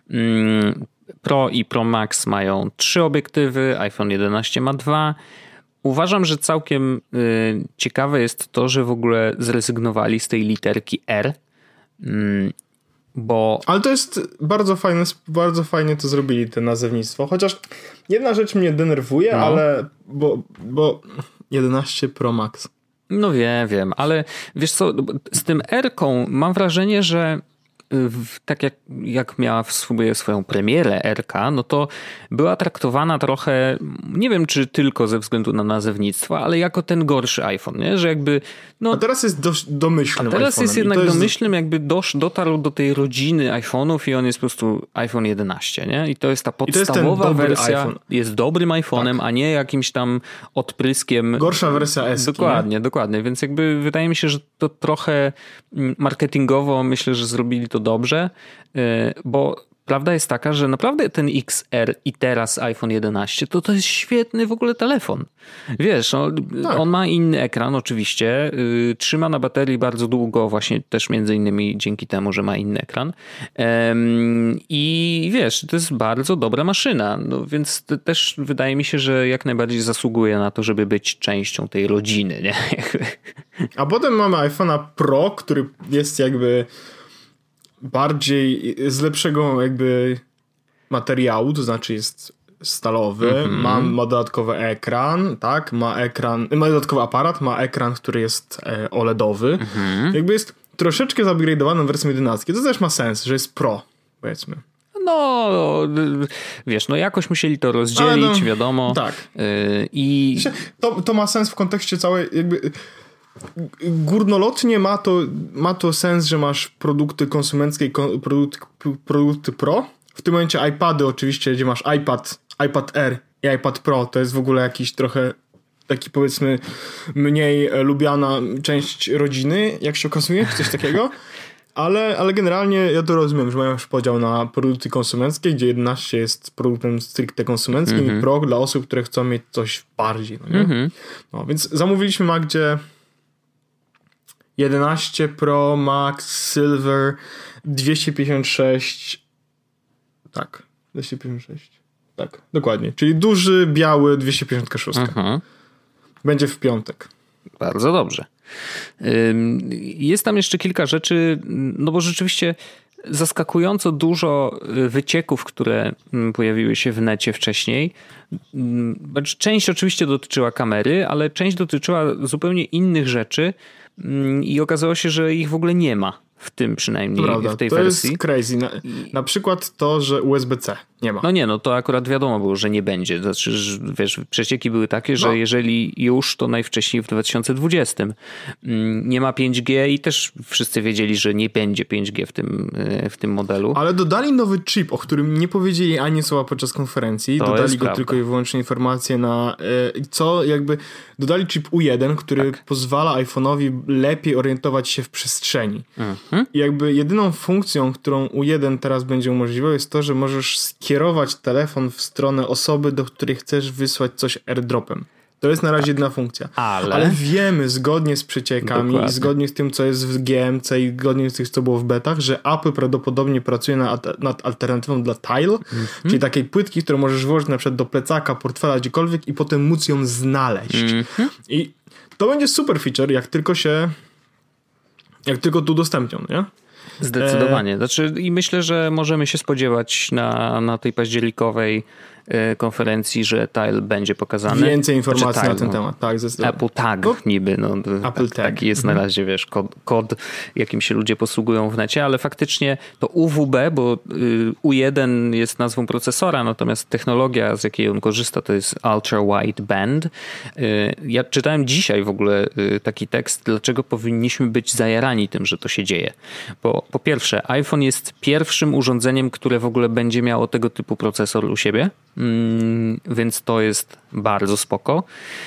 Mm, Pro i Pro Max mają trzy obiektywy, iPhone jedenaście ma dwa. Uważam, że całkiem y, ciekawe jest to, że w ogóle zrezygnowali z tej literki R. Mm, Bo... Ale to jest bardzo fajne, bardzo fajnie to zrobili, te nazewnictwo. Chociaż jedna rzecz mnie denerwuje, no. ale bo, bo jedenaście Pro Max. No wiem, wiem, ale wiesz co, z tym R-ką mam wrażenie, że w, tak jak, jak miała w sobie swoją premierę R-ka, no to była traktowana trochę, nie wiem czy tylko ze względu na nazewnictwo, ale jako ten gorszy iPhone, nie? Że jakby... No, a teraz jest do, domyślnym A teraz iPhone'em. jest jednak jest... domyślnym, jakby dosz, dotarł do tej rodziny iPhone'ów i on jest po prostu iPhone jedenaście, nie? I to jest ta podstawowa jest wersja, iPhone. Jest dobrym iPhone'em, tak. a nie jakimś tam odpryskiem. Gorsza wersja S. Dokładnie, nie? dokładnie, więc jakby wydaje mi się, że to trochę marketingowo myślę, że zrobili to dobrze, bo prawda jest taka, że naprawdę ten X R i teraz iPhone jedenaście to to jest świetny w ogóle telefon. Wiesz, on, tak. on ma inny ekran oczywiście, yy, trzyma na baterii bardzo długo właśnie też między innymi dzięki temu, że ma inny ekran yy, i wiesz, to jest bardzo dobra maszyna, no, więc też wydaje mi się, że jak najbardziej zasługuje na to, żeby być częścią tej rodziny, nie? A potem mamy iPhone'a Pro, który jest jakby bardziej z lepszego jakby materiału, to znaczy jest stalowy, mm-hmm. ma, ma dodatkowy ekran, tak, ma ekran, ma dodatkowy aparat, ma ekran, który jest e, OLEDowy. Mm-hmm. Jakby jest troszeczkę zupgrade'owaną wersją jedenastki. To też ma sens, że jest Pro, powiedzmy. No, wiesz, no jakoś musieli to rozdzielić, no, wiadomo. Tak. Yy, i to, to ma sens w kontekście całej jakby... Górnolotnie ma to, ma to sens, że masz produkty konsumenckie, produkt, produkty Pro. W tym momencie iPady oczywiście, gdzie masz iPad, iPad Air i iPad Pro, to jest w ogóle jakiś trochę taki powiedzmy mniej lubiana część rodziny, jak się okazuje, czy coś takiego. Ale, ale generalnie ja to rozumiem, że mają już podział na produkty konsumenckie, gdzie jedenaście jest produktem stricte konsumenckim mm-hmm. i Pro dla osób, które chcą mieć coś bardziej. No, nie? Mm-hmm. No, więc zamówiliśmy Magdzie jedenaście Pro Max Silver dwieście pięćdziesiąt sześć. Tak, dwieście pięćdziesiąt sześć. Tak, dokładnie. Czyli duży, biały dwieście pięćdziesiąt sześć. Mhm. Będzie w piątek. Bardzo dobrze. Jest tam jeszcze kilka rzeczy, no bo rzeczywiście zaskakująco dużo wycieków, które pojawiły się w necie wcześniej. Część oczywiście dotyczyła kamery, ale część dotyczyła zupełnie innych rzeczy i okazało się, że ich w ogóle nie ma. W tym przynajmniej, prawda, w tej to wersji. To jest crazy. Na, na przykład to, że U S B C nie ma. No nie, no to akurat wiadomo było, że nie będzie. Znaczy, że, wiesz, przecieki były takie, że no. jeżeli już, to najwcześniej w dwa tysiące dwudziestym. Nie ma pięć G i też wszyscy wiedzieli, że nie będzie pięć G w tym, w tym modelu. Ale dodali nowy chip, o którym nie powiedzieli ani słowa podczas konferencji. To dodali go prawda. tylko i wyłącznie informacje na co jakby dodali chip U jeden, który tak. pozwala iPhone'owi lepiej orientować się w przestrzeni. Mhm. I jakby jedyną funkcją, którą U jeden teraz będzie umożliwiał, jest to, że możesz skierować telefon w stronę osoby, do której chcesz wysłać coś airdropem. To jest na razie tak. jedna funkcja. Ale... Ale wiemy zgodnie z przeciekami Dokładnie. i zgodnie z tym, co jest w G M C i zgodnie z tym, co było w betach, że Apple prawdopodobnie pracuje nad, nad alternatywą dla Tile, mm-hmm. czyli takiej płytki, którą możesz włożyć na przykład do plecaka, portfela, gdziekolwiek i potem móc ją znaleźć. Mm-hmm. I to będzie super feature, jak tylko się Jak tylko tu udostępnią, nie? Zdecydowanie. Znaczy, i myślę, że możemy się spodziewać na, na tej październikowej konferencji, że Tile będzie pokazany. Więcej informacji znaczy, Tile, na ten no, temat, tak, zdecydowanie. Apple Tag no, niby, no, Apple Tag. Taki jest na razie, wiesz, kod, kod, jakim się ludzie posługują w necie, ale faktycznie to U W B, bo U jeden jest nazwą procesora, natomiast technologia, z jakiej on korzysta, to jest Ultra Wideband. Ja czytałem dzisiaj w ogóle taki tekst, dlaczego powinniśmy być zajarani tym, że to się dzieje. Bo po pierwsze, iPhone jest pierwszym urządzeniem, które w ogóle będzie miało tego typu procesor u siebie, więc to jest bardzo spoko.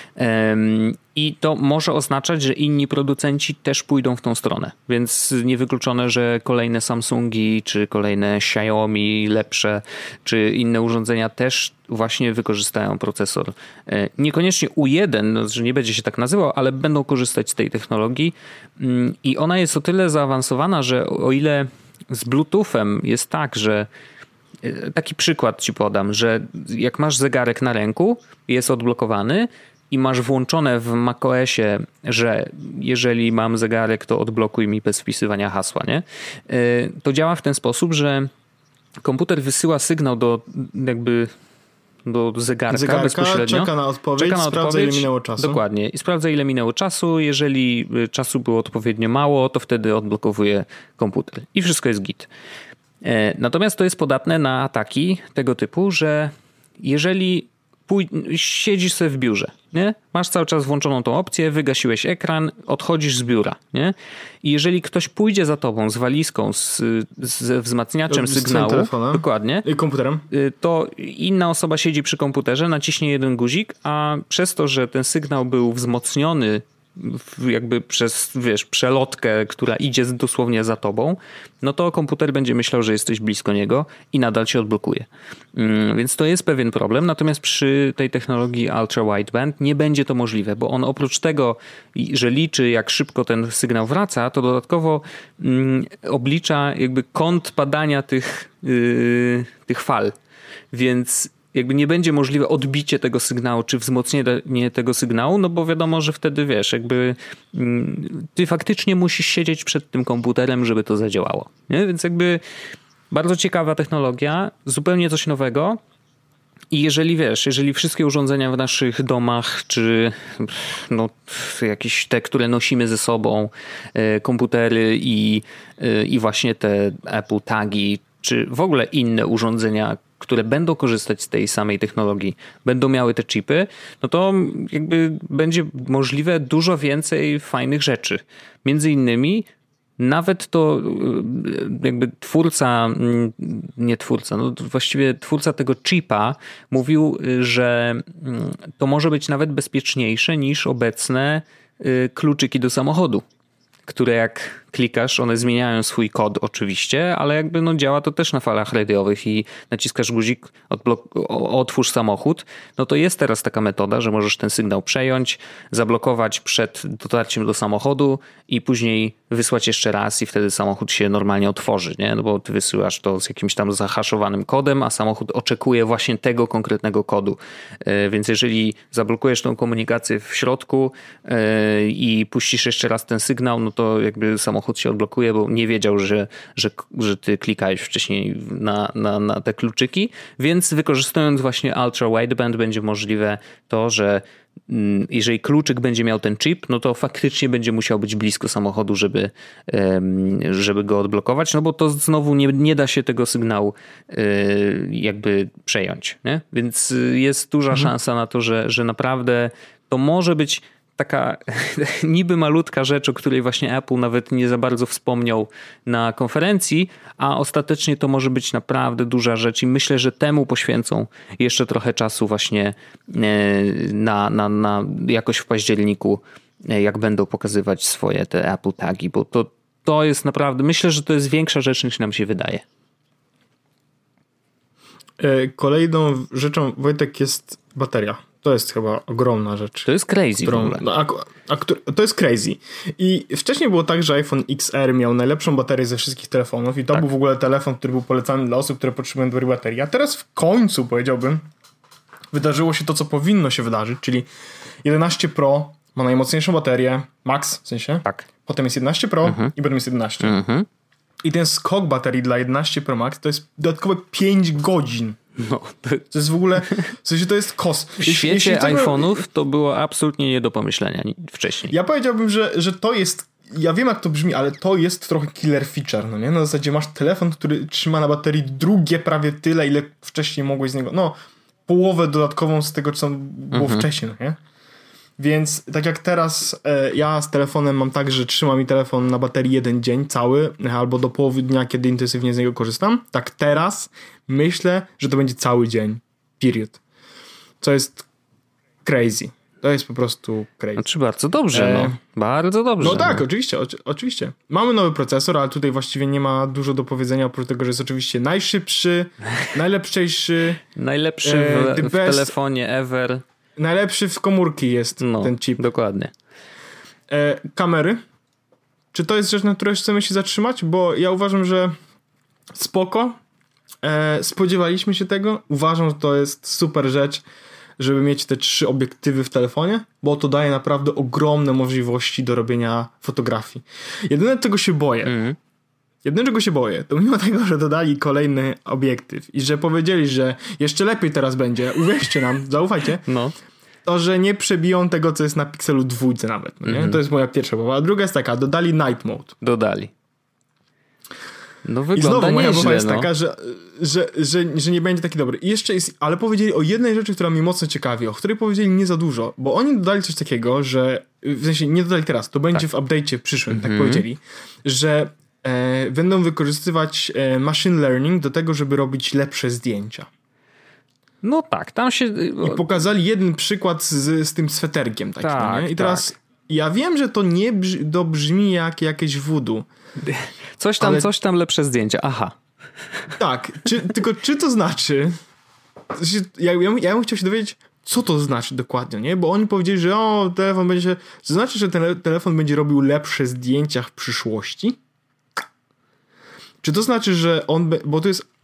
I to może oznaczać, że inni producenci też pójdą w tą stronę, więc niewykluczone, że kolejne Samsungi, czy kolejne Xiaomi lepsze, czy inne urządzenia też właśnie wykorzystają procesor. Niekoniecznie U jeden, no, że nie będzie się tak nazywał, ale będą korzystać z tej technologii i ona jest o tyle zaawansowana, że o ile z Bluetoothem jest tak, że taki przykład ci podam, że jak masz zegarek na ręku, jest odblokowany i masz włączone w macOSie, że jeżeli mam zegarek, to odblokuj mi bez wpisywania hasła, nie? To działa w ten sposób, że komputer wysyła sygnał do jakby do zegarka, zegarka bezpośrednio. Czeka na odpowiedź, czeka na sprawdza odpowiedź, ile minęło czasu. Dokładnie. I sprawdza ile minęło czasu. Jeżeli czasu było odpowiednio mało, to wtedy odblokowuje komputer. I wszystko jest git. Natomiast to jest podatne na ataki tego typu, że jeżeli pój- siedzisz sobie w biurze, nie? Masz cały czas włączoną tą opcję, wygasiłeś ekran, odchodzisz z biura, nie? I jeżeli ktoś pójdzie za tobą z walizką, z, z wzmacniaczem z sygnału, telefonem. Dokładnie, i komputerem, to inna osoba siedzi przy komputerze, naciśnie jeden guzik, a przez to, że ten sygnał był wzmocniony jakby przez, wiesz, przelotkę, która idzie dosłownie za tobą, no to komputer będzie myślał, że jesteś blisko niego i nadal się odblokuje. Więc to jest pewien problem, natomiast przy tej technologii Ultra Wideband nie będzie to możliwe, bo on oprócz tego, że liczy jak szybko ten sygnał wraca, to dodatkowo oblicza jakby kąt padania tych, yy, tych fal. Więc jakby nie będzie możliwe odbicie tego sygnału, czy wzmocnienie tego sygnału, no bo wiadomo, że wtedy wiesz, jakby ty faktycznie musisz siedzieć przed tym komputerem, żeby to zadziałało. Nie? Więc jakby bardzo ciekawa technologia, zupełnie coś nowego. I jeżeli wiesz, jeżeli wszystkie urządzenia w naszych domach, czy no, jakieś te, które nosimy ze sobą, komputery i, i właśnie te Apple Tagi, czy w ogóle inne urządzenia, które będą korzystać z tej samej technologii, będą miały te chipy, no to jakby będzie możliwe dużo więcej fajnych rzeczy. Między innymi nawet to jakby twórca, nie twórca, no właściwie twórca tego chipa mówił, że to może być nawet bezpieczniejsze niż obecne kluczyki do samochodu, które jak klikasz, one zmieniają swój kod oczywiście, ale jakby no działa to też na falach radiowych i naciskasz guzik, odblok- otwórz samochód, no to jest teraz taka metoda, że możesz ten sygnał przejąć, zablokować przed dotarciem do samochodu i później wysłać jeszcze raz i wtedy samochód się normalnie otworzy, nie? No bo ty wysyłasz to z jakimś tam zahaszowanym kodem, a samochód oczekuje właśnie tego konkretnego kodu. Więc jeżeli zablokujesz tą komunikację w środku i puścisz jeszcze raz ten sygnał, no to jakby samochód się odblokuje, bo nie wiedział, że, że, że ty klikałeś wcześniej na, na, na te kluczyki, więc wykorzystując właśnie Ultra Wideband będzie możliwe to, że jeżeli kluczyk będzie miał ten chip, no to faktycznie będzie musiał być blisko samochodu, żeby, żeby go odblokować, no bo to znowu nie, nie da się tego sygnału jakby przejąć, nie? Więc jest duża mhm. szansa na to, że, że naprawdę to może być taka niby malutka rzecz, o której właśnie Apple nawet nie za bardzo wspomniał na konferencji, a ostatecznie to może być naprawdę duża rzecz i myślę, że temu poświęcą jeszcze trochę czasu właśnie na, na, na jakoś w październiku, jak będą pokazywać swoje te Apple Tagi, bo to, to jest naprawdę, myślę, że to jest większa rzecz niż nam się wydaje. Kolejną rzeczą, Wojtek, jest bateria. To jest chyba ogromna rzecz. To jest crazy którą, w ogóle. No, a, a, a, to jest crazy. I wcześniej było tak, że iPhone X R miał najlepszą baterię ze wszystkich telefonów i to tak. był w ogóle telefon, który był polecany dla osób, które potrzebują dobrej baterii. A teraz w końcu, powiedziałbym, wydarzyło się to, co powinno się wydarzyć, czyli jedenaście Pro ma najmocniejszą baterię, max w sensie, tak. potem jest jedenaście Pro mhm. i potem jest jedenaście. Mhm. I ten skok baterii dla jedenaście Pro Max to jest dodatkowe pięć godzin. No, to... to jest w ogóle, w sensie to jest kos. W świecie iPhone'ów to było absolutnie nie do pomyślenia wcześniej. Ja powiedziałbym, że, że to jest, ja wiem jak to brzmi, ale to jest trochę killer feature, no nie? Na zasadzie masz telefon, który trzyma na baterii drugie prawie tyle, ile wcześniej mogłeś z niego, no połowę dodatkową z tego, co było mhm. wcześniej, no nie? Więc tak jak teraz e, ja z telefonem mam tak, że trzyma mi telefon na baterii jeden dzień cały, albo do połowy dnia, kiedy intensywnie z niego korzystam, tak teraz myślę, że to będzie cały dzień. Period. Co jest crazy. To jest po prostu crazy. Znaczy bardzo dobrze, e, no. Bardzo dobrze. No tak, no. oczywiście, oczy, oczywiście. Mamy nowy procesor, ale tutaj właściwie nie ma dużo do powiedzenia, oprócz tego, że jest oczywiście najszybszy, najlepszejszy. Najlepszy w, e, w telefonie ever. Najlepszy w komórki jest no, ten chip. Dokładnie. E, kamery. Czy to jest rzecz, na której chcemy się zatrzymać? Bo ja uważam, że spoko. E, spodziewaliśmy się tego. Uważam, że to jest super rzecz, żeby mieć te trzy obiektywy w telefonie, bo to daje naprawdę ogromne możliwości do robienia fotografii. Jedyne, czego się boję, mm. jedyne, czego się boję, to mimo tego, że dodali kolejny obiektyw i że powiedzieli, że jeszcze lepiej teraz będzie, uwierzcie nam, zaufajcie, no. to, że nie przebiją tego, co jest na Pixelu dwójce nawet. No nie? Mm-hmm. To jest moja pierwsza obawa. A druga jest taka, dodali Night Mode. Dodali. No I znowu moja obawa jest no. taka, że, że, że, że nie będzie taki dobry. I jeszcze jest, ale powiedzieli o jednej rzeczy, która mnie mocno ciekawi, o której powiedzieli nie za dużo, bo oni dodali coś takiego, że w sensie nie dodali teraz, to będzie tak. w update'cie przyszłym, mm-hmm. tak powiedzieli, że e, będą wykorzystywać e, machine learning do tego, żeby robić lepsze zdjęcia. No tak, tam się... I pokazali jeden przykład z, z tym sweterkiem takim, tak, nie? I teraz tak. ja wiem, że to nie brz- to brzmi jak jakieś voodoo. Coś tam, ale... coś tam lepsze zdjęcia, aha. Tak, czy, tylko czy to znaczy... Ja, ja, ja bym chciał się dowiedzieć, co to znaczy dokładnie, nie? Bo oni powiedzieli, że o, telefon będzie się... To znaczy, że ten telefon będzie robił lepsze zdjęcia w przyszłości? Czy to znaczy, że on... Be... Bo to jest...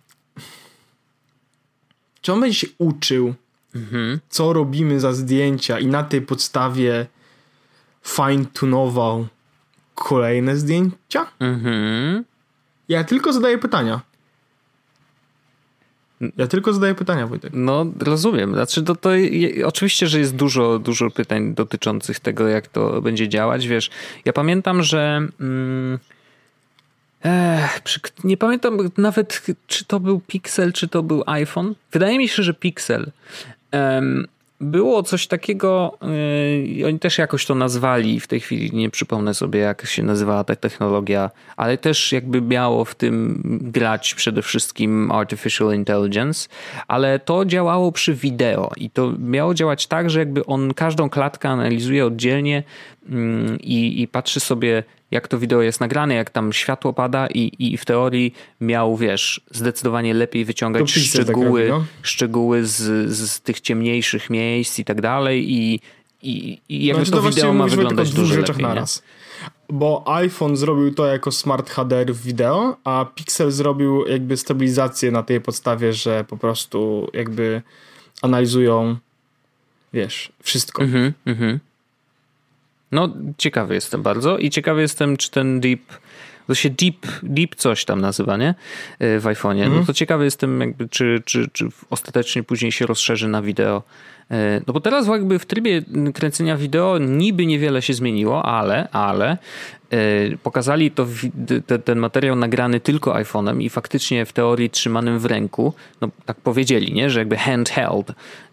Czy on będzie się uczył, mhm. co robimy za zdjęcia i na tej podstawie fine-tunował kolejne zdjęcia? Mhm. Ja tylko zadaję pytania. Ja tylko zadaję pytania, Wojtek. No, rozumiem. Znaczy, to, to oczywiście, że jest dużo, dużo pytań dotyczących tego, jak to będzie działać. Wiesz, ja pamiętam, że... Mm, Ech, nie pamiętam nawet, czy to był Pixel, czy to był iPhone. Wydaje mi się, że Pixel. Um, było coś takiego, yy, oni też jakoś to nazwali, w tej chwili nie przypomnę sobie, jak się nazywała ta technologia, ale też jakby miało w tym grać przede wszystkim Artificial Intelligence, ale to działało przy wideo i to miało działać tak, że jakby on każdą klatkę analizuje oddzielnie yy, i, i patrzy sobie, jak to wideo jest nagrane, jak tam światło pada i, i w teorii miał, wiesz, zdecydowanie lepiej wyciągać szczegóły, tak robi, no? szczegóły z, z tych ciemniejszych miejsc i tak dalej i, i, i jakby znaczy, to, to wideo ma wyglądać dużo lepiej. Naraz. Bo iPhone zrobił to jako Smart H D R w wideo, a Pixel zrobił jakby stabilizację na tej podstawie, że po prostu jakby analizują, wiesz, wszystko. Mhm, mhm. No, ciekawy jestem bardzo i ciekawy jestem, czy ten Deep, to się Deep, Deep coś tam nazywa, nie? W iPhone'ie. Mm. No to ciekawy jestem, jakby, czy, czy, czy ostatecznie później się rozszerzy na wideo. No bo teraz jakby w trybie kręcenia wideo niby niewiele się zmieniło, ale, ale pokazali to te, ten materiał nagrany tylko iPhone'em i faktycznie w teorii trzymanym w ręku, no tak powiedzieli, nie, że jakby handheld,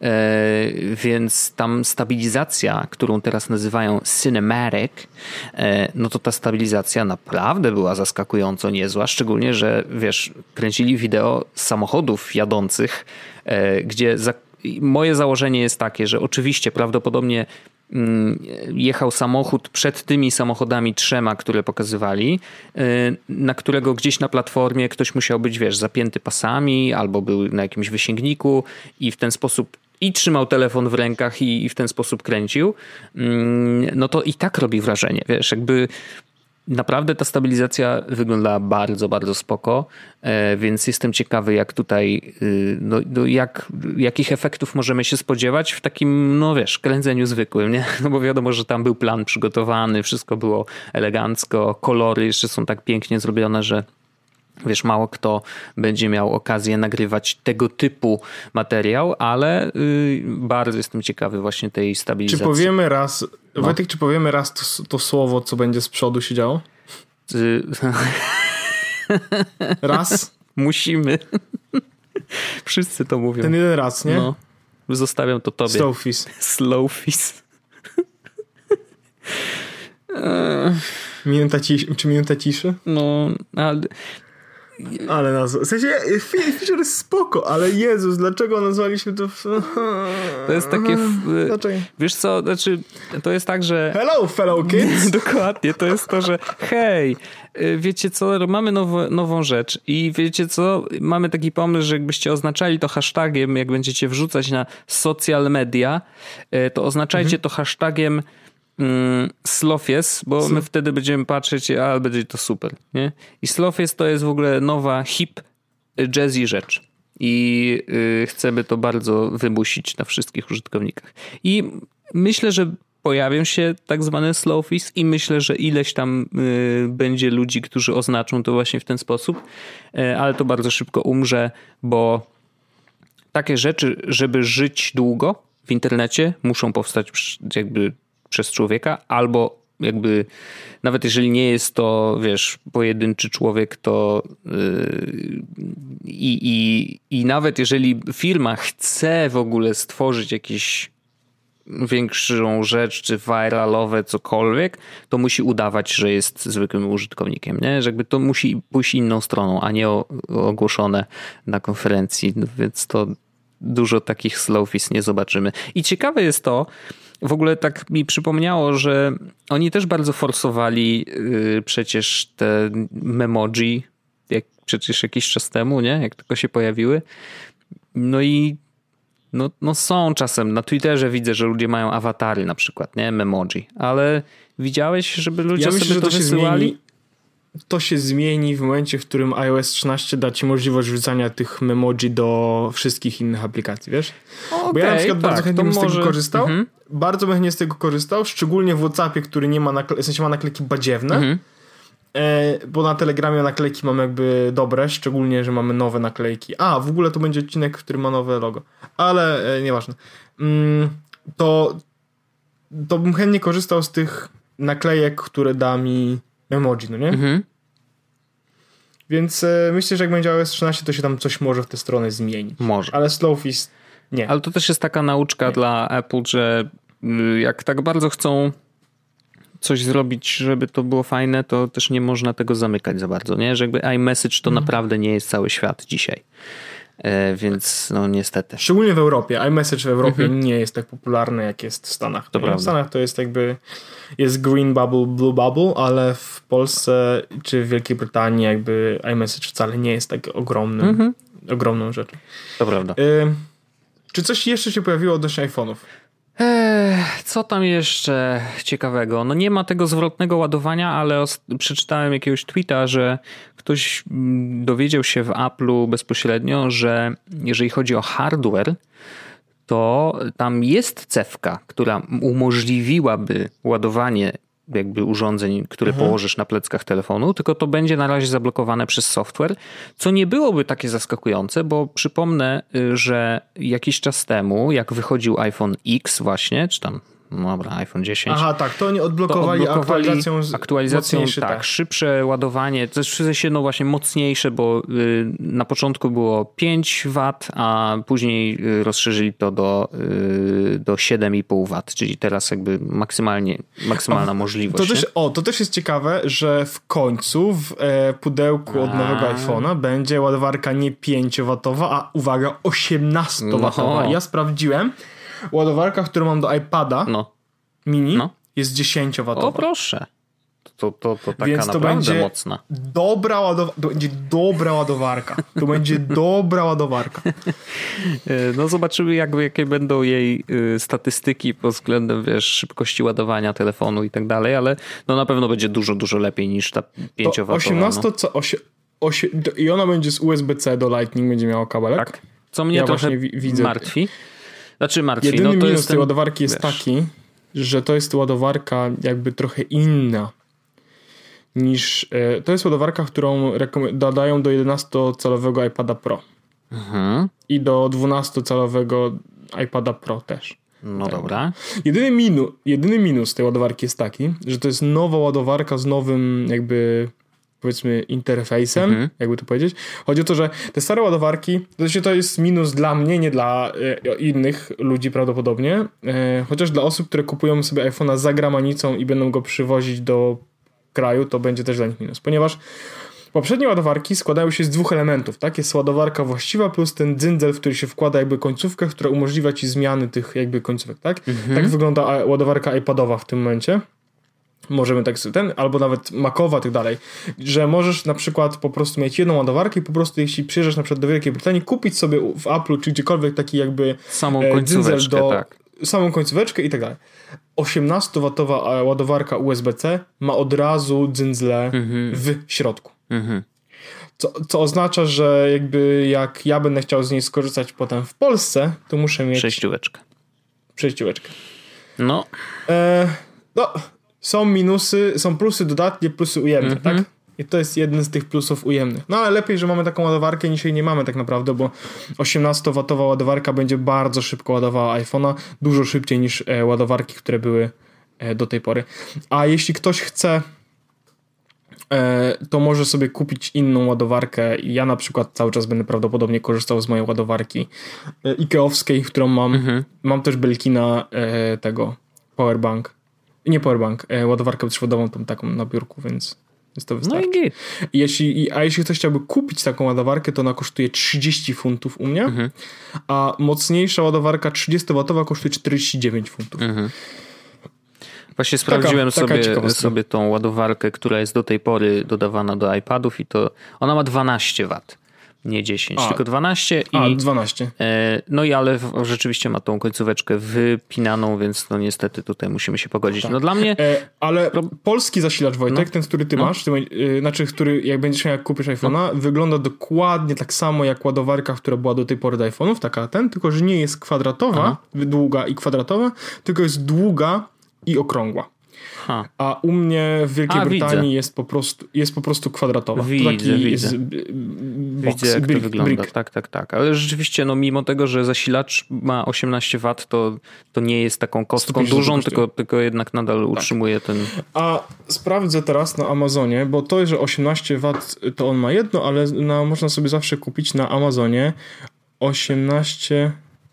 więc tam stabilizacja, którą teraz nazywają cinematic, no to ta stabilizacja naprawdę była zaskakująco niezła, szczególnie, że wiesz, kręcili wideo z samochodów jadących, gdzie za moje założenie jest takie, że oczywiście prawdopodobnie jechał samochód przed tymi samochodami trzema, które pokazywali, na którego gdzieś na platformie ktoś musiał być, wiesz, zapięty pasami albo był na jakimś wysięgniku i w ten sposób i trzymał telefon w rękach i, i w ten sposób kręcił, no to i tak robi wrażenie, wiesz, jakby naprawdę ta stabilizacja wygląda bardzo, bardzo spoko, więc jestem ciekawy, jak tutaj, no, no jak, jakich efektów możemy się spodziewać w takim, no wiesz, kręceniu zwykłym, nie? No bo wiadomo, że tam był plan przygotowany, wszystko było elegancko, kolory jeszcze są tak pięknie zrobione, że wiesz, mało kto będzie miał okazję nagrywać tego typu materiał, ale yy, bardzo jestem ciekawy właśnie tej stabilizacji. Czy powiemy raz, no. Wojtek, czy powiemy raz to, to słowo, co będzie z przodu się działo? Ty... Raz? Musimy. Wszyscy to mówią. Ten jeden raz, nie? No. Zostawiam to tobie. Slowfis. Slowfis. Minuta ciszy. Czy minuta ciszy? No, ale... Ale nazwa. W sensie feature jest spoko, ale Jezus, dlaczego nazwaliśmy to... To jest takie... Dlaczego? Wiesz co, znaczy to jest tak, że... Hello fellow kids! Dokładnie, to jest to, że hej, wiecie co, mamy nowo, nową rzecz i wiecie co, mamy taki pomysł, że jakbyście oznaczali to hashtagiem, jak będziecie wrzucać na social media, to oznaczajcie mhm. to hashtagiem Mm, Slofies, bo Co? my wtedy będziemy patrzeć, a będzie to super, nie? I Slofies to jest w ogóle nowa, hip, jazzy rzecz. I yy, chcemy to bardzo wymusić na wszystkich użytkownikach. I myślę, że pojawią się tak zwane Slofies i myślę, że ileś tam yy, będzie ludzi, którzy oznaczą to właśnie w ten sposób, yy, ale to bardzo szybko umrze, bo takie rzeczy, żeby żyć długo w internecie, muszą powstać jakby przez człowieka, albo jakby nawet jeżeli nie jest to, wiesz, pojedynczy człowiek, to yy, i, i nawet jeżeli firma chce w ogóle stworzyć jakieś większą rzecz, czy viralowe, cokolwiek, to musi udawać, że jest zwykłym użytkownikiem, nie? Że jakby to musi pójść inną stroną, a nie o, ogłoszone na konferencji, więc to dużo takich Slofies nie zobaczymy. I ciekawe jest to, w ogóle tak mi przypomniało, że oni też bardzo forsowali yy, przecież te memoji, jak przecież jakiś czas temu, nie? Jak tylko się pojawiły. No i no, no są czasem, na Twitterze widzę, że ludzie mają awatary na przykład, nie? Memoji. Ale widziałeś, żeby ludzie ja myślę, sobie to, to wysyłali? Zmieni, to się zmieni w momencie, w którym iOS trzynaście da ci możliwość wrzucania tych memoji do wszystkich innych aplikacji, wiesz? Okay, bo ja na przykład tak, bardzo chętnie bym z może... tego korzystał. Mhm. Bardzo chętnie z tego korzystał, szczególnie w WhatsAppie, który nie ma, nakle- w sensie ma naklejki badziewne. Mhm. E, bo na Telegramie naklejki mam jakby dobre, szczególnie, że mamy nowe naklejki. A, w ogóle to będzie odcinek, który ma nowe logo. Ale e, nieważne. Mm, to, to bym chętnie korzystał z tych naklejek, które da mi emoji, no nie? Mhm. Więc e, myślę, że jak będzie iOS trzynaście, to się tam coś może w tę stronę zmienić. Może. Ale Slowfis nie. Ale to też jest taka nauczka nie. dla Apple, że jak tak bardzo chcą coś zrobić, żeby to było fajne, to też nie można tego zamykać za bardzo, nie? Że jakby iMessage to mm. naprawdę nie jest cały świat dzisiaj. E, więc no niestety. Szczególnie w Europie. iMessage w Europie mm-hmm. nie jest tak popularny, jak jest w Stanach. To prawda. W Stanach to jest jakby jest green bubble, blue bubble, ale w Polsce czy w Wielkiej Brytanii jakby iMessage wcale nie jest tak ogromnym, mm-hmm. ogromną rzeczą. To prawda. E, czy coś jeszcze się pojawiło odnośnie iPhone'ów? Ech, co tam jeszcze ciekawego? No nie ma tego zwrotnego ładowania, ale os- przeczytałem jakiegoś tweeta, że ktoś dowiedział się w Apple'u bezpośrednio, że jeżeli chodzi o hardware, to tam jest cewka, która umożliwiłaby ładowanie jakby urządzeń, które mhm. położysz na pleckach telefonu, tylko to będzie na razie zablokowane przez software, co nie byłoby takie zaskakujące, bo przypomnę, że jakiś czas temu, jak wychodził iPhone X właśnie, czy tam no dobra, iPhone dziesięć. Aha, tak, to oni odblokowali, to odblokowali aktualizacją, aktualizacją tak, tak, szybsze ładowanie, to jest no właśnie mocniejsze, bo y, na początku było pięć watów, a później y, rozszerzyli to do, y, do siedem i pół watów, czyli teraz jakby maksymalnie, maksymalna o, możliwość. To też, o, to też jest ciekawe, że w końcu w e, pudełku od a. nowego iPhone'a będzie ładowarka nie pięciowatowa, a uwaga, osiemnastowatowa. No. Ja sprawdziłem. Ładowarka, którą mam do iPada no. mini no. jest dziesięciowatowa. O proszę. To, to, to taka Więc to naprawdę będzie mocna. Dobra ładow- to będzie dobra ładowarka. To będzie dobra ładowarka. No zobaczymy, jakby, jakie będą jej y, statystyki pod względem, wiesz, szybkości ładowania telefonu i tak dalej, ale no na pewno będzie dużo, dużo lepiej niż ta pięciowatowa. osiemnaście, no. co, osie, osie, I ona będzie z U S B C do Lightning, będzie miała kabelek. Tak. Co mnie ja trochę widzę. martwi. Znaczy martwi. Jedyny no, to minus jest tej ten, ładowarki jest wiesz. taki, że to jest ładowarka jakby trochę inna niż... To jest ładowarka, którą rekom- dodają do jedenastocalowego iPada Pro. Mhm. I do dwunastocalowego iPada Pro też. No tak. Dobra. Jedyny, minu- jedyny minus tej ładowarki jest taki, że to jest nowa ładowarka z nowym jakby powiedzmy interfejsem, mhm. jakby to powiedzieć. Chodzi o to, że te stare ładowarki, to, to jest minus dla mnie, nie dla e, innych ludzi prawdopodobnie, e, chociaż dla osób, które kupują sobie iPhone'a za granicą i będą go przywozić do kraju, to będzie też dla nich minus, ponieważ poprzednie ładowarki składają się z dwóch elementów, tak? Jest ładowarka właściwa plus ten dzyndzel, w który się wkłada jakby końcówkę, która umożliwia ci zmiany tych jakby końcówek, tak? Mhm. Tak wygląda ładowarka iPadowa w tym momencie. Możemy tak sobie ten, albo nawet Macowa, tak dalej, że możesz na przykład po prostu mieć jedną ładowarkę i po prostu jeśli przyjeżdżasz na przykład do Wielkiej Brytanii, kupić sobie w Apple'u czy gdziekolwiek taki jakby samą końcóweczkę, do, tak. samą końcóweczkę i tak dalej. osiemnastowatowa ładowarka U S B C ma od razu dzyndzle mhm. w środku. Mhm. Co, co oznacza, że jakby jak ja będę chciał z niej skorzystać potem w Polsce, to muszę mieć przejścióweczkę. Przejścióweczkę. No. E, no, są minusy, są plusy dodatnie, plusy ujemne, mm-hmm. tak? I to jest jeden z tych plusów ujemnych. No ale lepiej, że mamy taką ładowarkę niż jej nie mamy tak naprawdę, bo osiemnastowatowa ładowarka będzie bardzo szybko ładowała iPhone'a, dużo szybciej niż e, ładowarki, które były e, do tej pory. A jeśli ktoś chce, e, to może sobie kupić inną ładowarkę. Ja na przykład cały czas będę prawdopodobnie korzystał z mojej ładowarki e, ikeowskiej, którą mam. Mm-hmm. Mam też Belkina e, tego powerbank. Nie powerbank, e, ładowarkę bezprzewodową tą taką na biurku, więc, więc to wystarczy. No i jeśli, a jeśli ktoś chciałby kupić taką ładowarkę, to ona kosztuje trzydzieści funtów u mnie, mhm. a mocniejsza ładowarka trzydziestowatowa kosztuje czterdzieści dziewięć funtów. Mhm. Właśnie sprawdziłem taka, taka sobie, sobie tą ładowarkę, która jest do tej pory dodawana do iPadów i to ona ma dwanaście watów. Nie dziesięć, a, tylko dwanaście. A, i, dwanaście. E, no i ale w, rzeczywiście ma tą końcóweczkę wypinaną, więc no niestety tutaj musimy się pogodzić. Tak. No dla mnie... E, ale pro... polski zasilacz, Wojtek, no. ten, który ty no. masz, ty, y, znaczy, który jak będziesz miał, jak kupisz iPhone'a, no. wygląda dokładnie tak samo jak ładowarka, która była do tej pory do iPhone'ów, taka ten, tylko że nie jest kwadratowa, Aha. długa i kwadratowa, tylko jest długa i okrągła. Ha. A u mnie w Wielkiej A, Brytanii jest po, prostu, jest po prostu kwadratowa. Widzę, to taki widzę. Jest box, widzę, jak brick, to wygląda. Brick. Tak, tak, tak. Ale rzeczywiście, no mimo tego, że zasilacz ma osiemnaście watów, to, to nie jest taką kostką dużą, tylko, tylko jednak nadal tak. utrzymuje ten... A sprawdzę teraz na Amazonie, bo to, że osiemnaście watów to on ma jedno, ale na, można sobie zawsze kupić na Amazonie osiemnaście...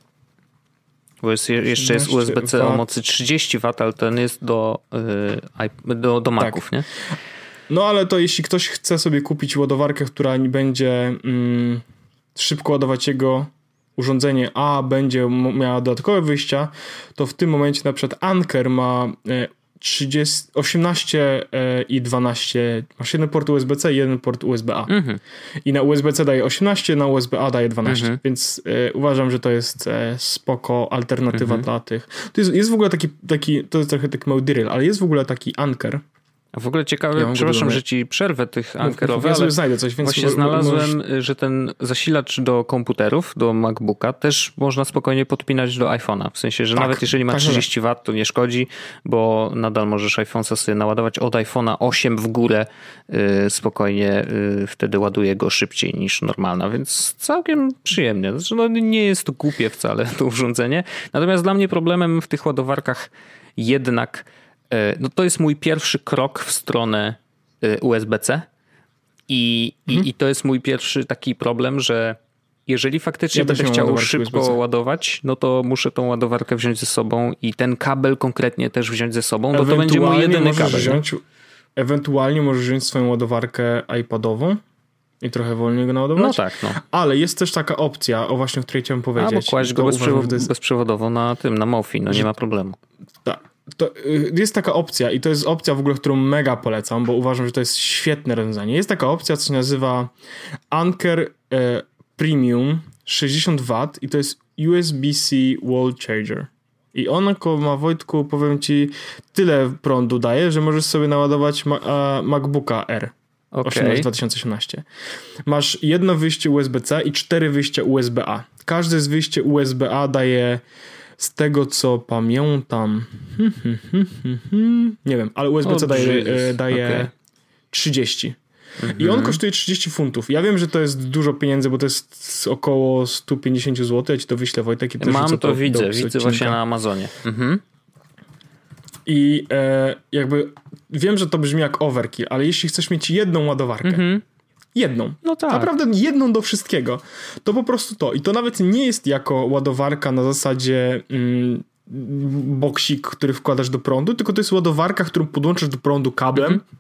Bo jest, jeszcze jest U S B C o mocy trzydzieści watów, ale ten jest do, yy, do, do Maców, tak. nie? No ale to jeśli ktoś chce sobie kupić ładowarkę, która będzie mm, szybko ładować jego urządzenie, a będzie miała dodatkowe wyjścia, to w tym momencie na przykład Anker ma trzydzieści, osiemnaście i dwanaście. Masz jeden port U S B C i jeden port U S B A. Mhm. I na U S B C daje osiemnaście, na U S B A daje dwanaście. Mhm. Więc e, uważam, że to jest e, spoko alternatywa mhm. dla tych. To jest, jest w ogóle taki, taki, to jest trochę taki mały dryl, ale jest w ogóle taki Anker. A w ogóle ciekawe, ja przepraszam, że ci przerwę tych ankerowych, ja sobie znajdę coś, więc właśnie znalazłem, możesz... że ten zasilacz do komputerów, do MacBooka też można spokojnie podpinać do iPhone'a. W sensie, że tak, nawet jeżeli ma tak, trzydzieści watów, to nie szkodzi, bo nadal możesz iPhone'a sobie naładować od iPhone'a osiem w górę yy, spokojnie, yy, wtedy ładuje go szybciej niż normalna, więc całkiem przyjemnie. Znaczy, no, nie jest to głupie wcale to urządzenie. Natomiast dla mnie problemem w tych ładowarkach jednak no to jest mój pierwszy krok w stronę U S B C i, mhm. i, i to jest mój pierwszy taki problem, że jeżeli faktycznie ja będę chciał szybko ładować, no to muszę tą ładowarkę wziąć ze sobą i ten kabel konkretnie też wziąć ze sobą, bo to będzie mój jedyny kabel. Wziąć, ewentualnie możesz wziąć swoją ładowarkę iPadową i trochę wolniej go naładować. No tak, no. Ale jest też taka opcja, o właśnie, o której chciałem powiedzieć. A, bo kłaść go bezprzewodowo, jest... bezprzewodowo na tym, na Mofi, no nie ma problemu. Tak. to jest taka opcja i to jest opcja w ogóle, którą mega polecam, bo uważam, że to jest świetne rozwiązanie. Jest taka opcja, co się nazywa Anker e, Premium sześćdziesiąt watów i to jest U S B C Wall Charger. I on ma, Wojtku, powiem ci, tyle prądu daje, że możesz sobie naładować ma, a, MacBooka R. Okay. dwa tysiące osiemnaście. Masz jedno wyjście U S B C i cztery wyjścia U S B A. Każde z wyjścia U S B A daje, z tego co pamiętam, hmm, hmm, hmm, hmm, hmm, nie wiem, ale U S B C oh, daje, e, daje okay. trzydzieści. Mhm. I on kosztuje trzydzieści funtów. Ja wiem, że to jest dużo pieniędzy, bo to jest około sto pięćdziesiąt złotych. Ja ci to wyślę, Wojtek. I też Mam to, to widzę, widzę odcinka. Właśnie na Amazonie. Mhm. I e, jakby wiem, że to brzmi jak overkill, ale jeśli chcesz mieć jedną ładowarkę, mhm. jedną, no tak. naprawdę jedną do wszystkiego, to po prostu to. I to nawet nie jest jako ładowarka na zasadzie mm, boksik, który wkładasz do prądu, tylko to jest ładowarka, którą podłączasz do prądu kablem. Mhm.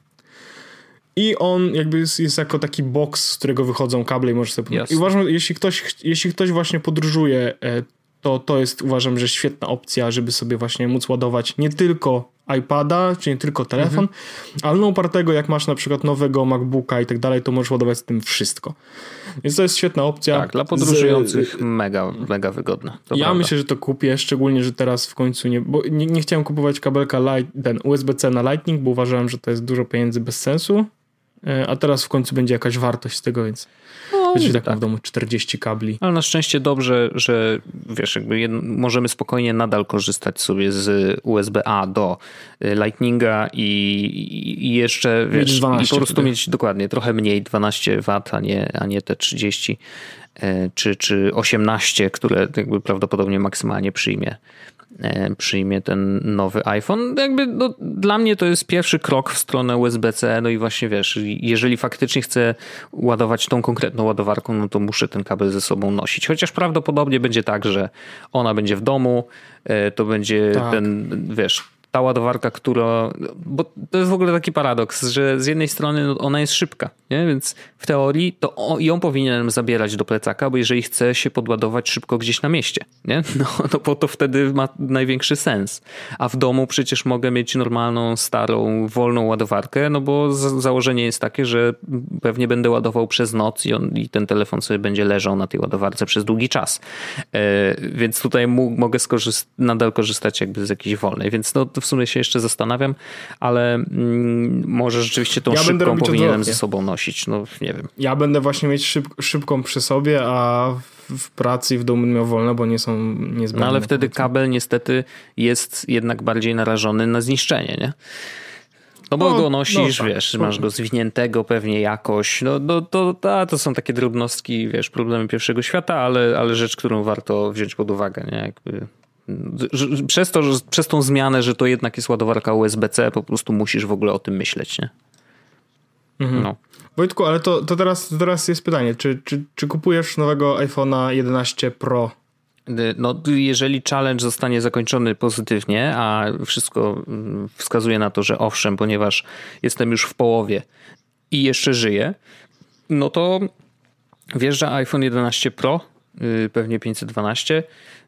I on jakby jest, jest jako taki box, z którego wychodzą kable i możesz sobie podłączyć. I uważam, jeśli ktoś, jeśli ktoś właśnie podróżuje, to to jest, uważam, że świetna opcja, żeby sobie właśnie móc ładować nie tylko iPada, czy nie tylko telefon, mhm. ale no upartego, jak masz na przykład nowego MacBooka i tak dalej, to możesz ładować z tym wszystko. Więc to jest świetna opcja. Tak, dla podróżujących z, mega, mega wygodna. To ja prawda. Myślę, że to kupię, szczególnie, że teraz w końcu nie, bo nie, nie chciałem kupować kabelka light, ten U S B C na Lightning, bo uważałem, że to jest dużo pieniędzy bez sensu. A teraz w końcu będzie jakaś wartość z tego, więc no, będzie tak, tak w domu czterdzieści kabli. Ale na szczęście dobrze, że wiesz, jakby jedno, możemy spokojnie nadal korzystać sobie z U S B A do Lightninga i, i jeszcze wiesz, i po prostu wtedy. Mieć dokładnie trochę mniej, dwanaście watów, a nie, a nie te trzydzieści czy, czy osiemnaście, które jakby prawdopodobnie maksymalnie przyjmie. przyjmie ten nowy iPhone. Jakby no, dla mnie to jest pierwszy krok w stronę U S B C, no i właśnie wiesz, jeżeli faktycznie chcę ładować tą konkretną ładowarką, no to muszę ten kabel ze sobą nosić. Chociaż prawdopodobnie będzie tak, że ona będzie w domu, to będzie tak. ten, wiesz, ta ładowarka, która... Bo to jest w ogóle taki paradoks, że z jednej strony ona jest szybka, nie? Więc w teorii to ją powinienem zabierać do plecaka, bo jeżeli chcę się podładować szybko gdzieś na mieście, nie? No, no bo to wtedy ma największy sens. A w domu przecież mogę mieć normalną, starą, wolną ładowarkę, no bo założenie jest takie, że pewnie będę ładował przez noc i, on, i ten telefon sobie będzie leżał na tej ładowarce przez długi czas. Yy, więc tutaj mógł, mogę skorzyst- nadal korzystać jakby z jakiejś wolnej. Więc no w sumie się jeszcze zastanawiam, ale mm, może rzeczywiście tą ja szybką powinienem ze sobą nosić, no nie wiem. Ja będę właśnie mieć szyb, szybką przy sobie, a w pracy i w domu będę miał wolne, bo nie są niezbędne. No ale wtedy kabel niestety jest jednak bardziej narażony na zniszczenie, nie? No bo no, go nosisz, no tak, wiesz, masz go zwiniętego pewnie jakoś, no, no to, to, to są takie drobnostki, wiesz, problemy pierwszego świata, ale, ale rzecz, którą warto wziąć pod uwagę, nie? Jakby... Przez to, że, przez tą zmianę, że to jednak jest ładowarka U S B C, po prostu musisz w ogóle o tym myśleć, nie? Mhm. No. Wojtku, ale to, to, teraz, to teraz jest pytanie, czy, czy, czy kupujesz nowego iPhone'a jedenaście Pro? No, jeżeli challenge zostanie zakończony pozytywnie, a wszystko wskazuje na to, że owszem, ponieważ jestem już w połowie i jeszcze żyję, no to wjeżdża iPhone jedenaście Pro, pewnie pięćset dwanaście.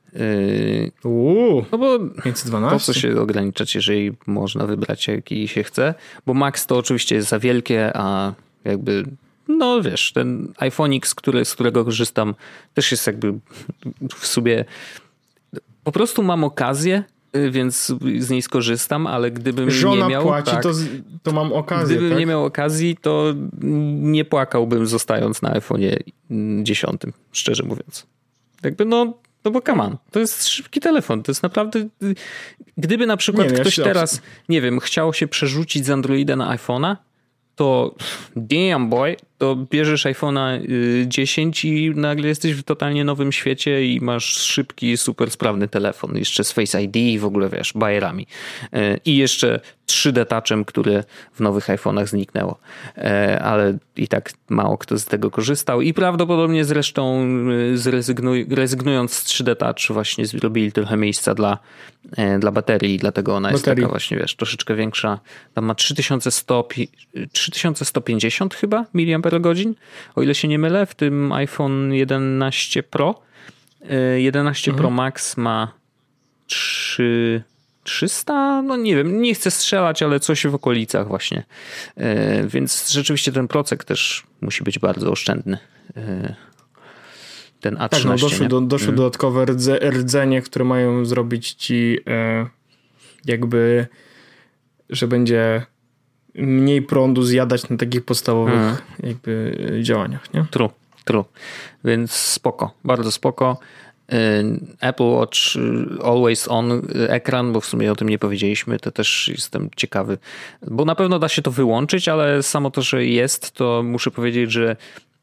Uuu, no bo pięćset dwanaście. Po co się ograniczać, jeżeli można wybrać jaki się chce, bo Max to oczywiście jest za wielkie, a jakby no wiesz, ten iPhone X, który, z którego korzystam, też jest jakby w sobie po prostu mam okazję, więc z niej skorzystam, ale gdybym Żona nie miał... płaci, tak, to, to mam okazję. Gdybym tak? nie miał okazji, to nie płakałbym zostając na iPhone'ie dziesiątym, szczerze mówiąc. Jakby no, no bo come on, to jest szybki telefon, to jest naprawdę... Gdyby na przykład nie, ktoś ja teraz, nie wiem, chciał się przerzucić z Androida na iPhone'a, to damn boy, to bierzesz iPhone'a dziesięć i nagle jesteś w totalnie nowym świecie i masz szybki, super sprawny telefon. Jeszcze z Face I D i w ogóle wiesz, bajerami. I jeszcze trzy D Touchem, które w nowych iPhone'ach zniknęło. Ale i tak mało kto z tego korzystał i prawdopodobnie zresztą zrezygnuj, rezygnując z trzy D Touch właśnie zrobili trochę miejsca dla, dla baterii, dlatego ona jest baterii. Taka właśnie, wiesz, troszeczkę większa. Tam ma trzy tysiące sto pięćdziesiąt chyba miliamperów godzin, o ile się nie mylę, w tym iPhone jedenaście Pro. jedenaście mhm. Pro Max ma trzy trzysta? No nie wiem, nie chcę strzelać, ale coś w okolicach właśnie. Yy, więc rzeczywiście ten procek też musi być bardzo oszczędny. Yy, ten A trzynaście. Tak, no doszły, do, doszły hmm. dodatkowe rdze, rdzenie, które mają zrobić ci e, jakby, że będzie mniej prądu zjadać na takich podstawowych hmm. jakby działaniach, nie? True, true. Więc spoko, bardzo spoko. Apple Watch Always On ekran, bo w sumie o tym nie powiedzieliśmy, to też jestem ciekawy, bo na pewno da się to wyłączyć, ale samo to, że jest, to muszę powiedzieć, że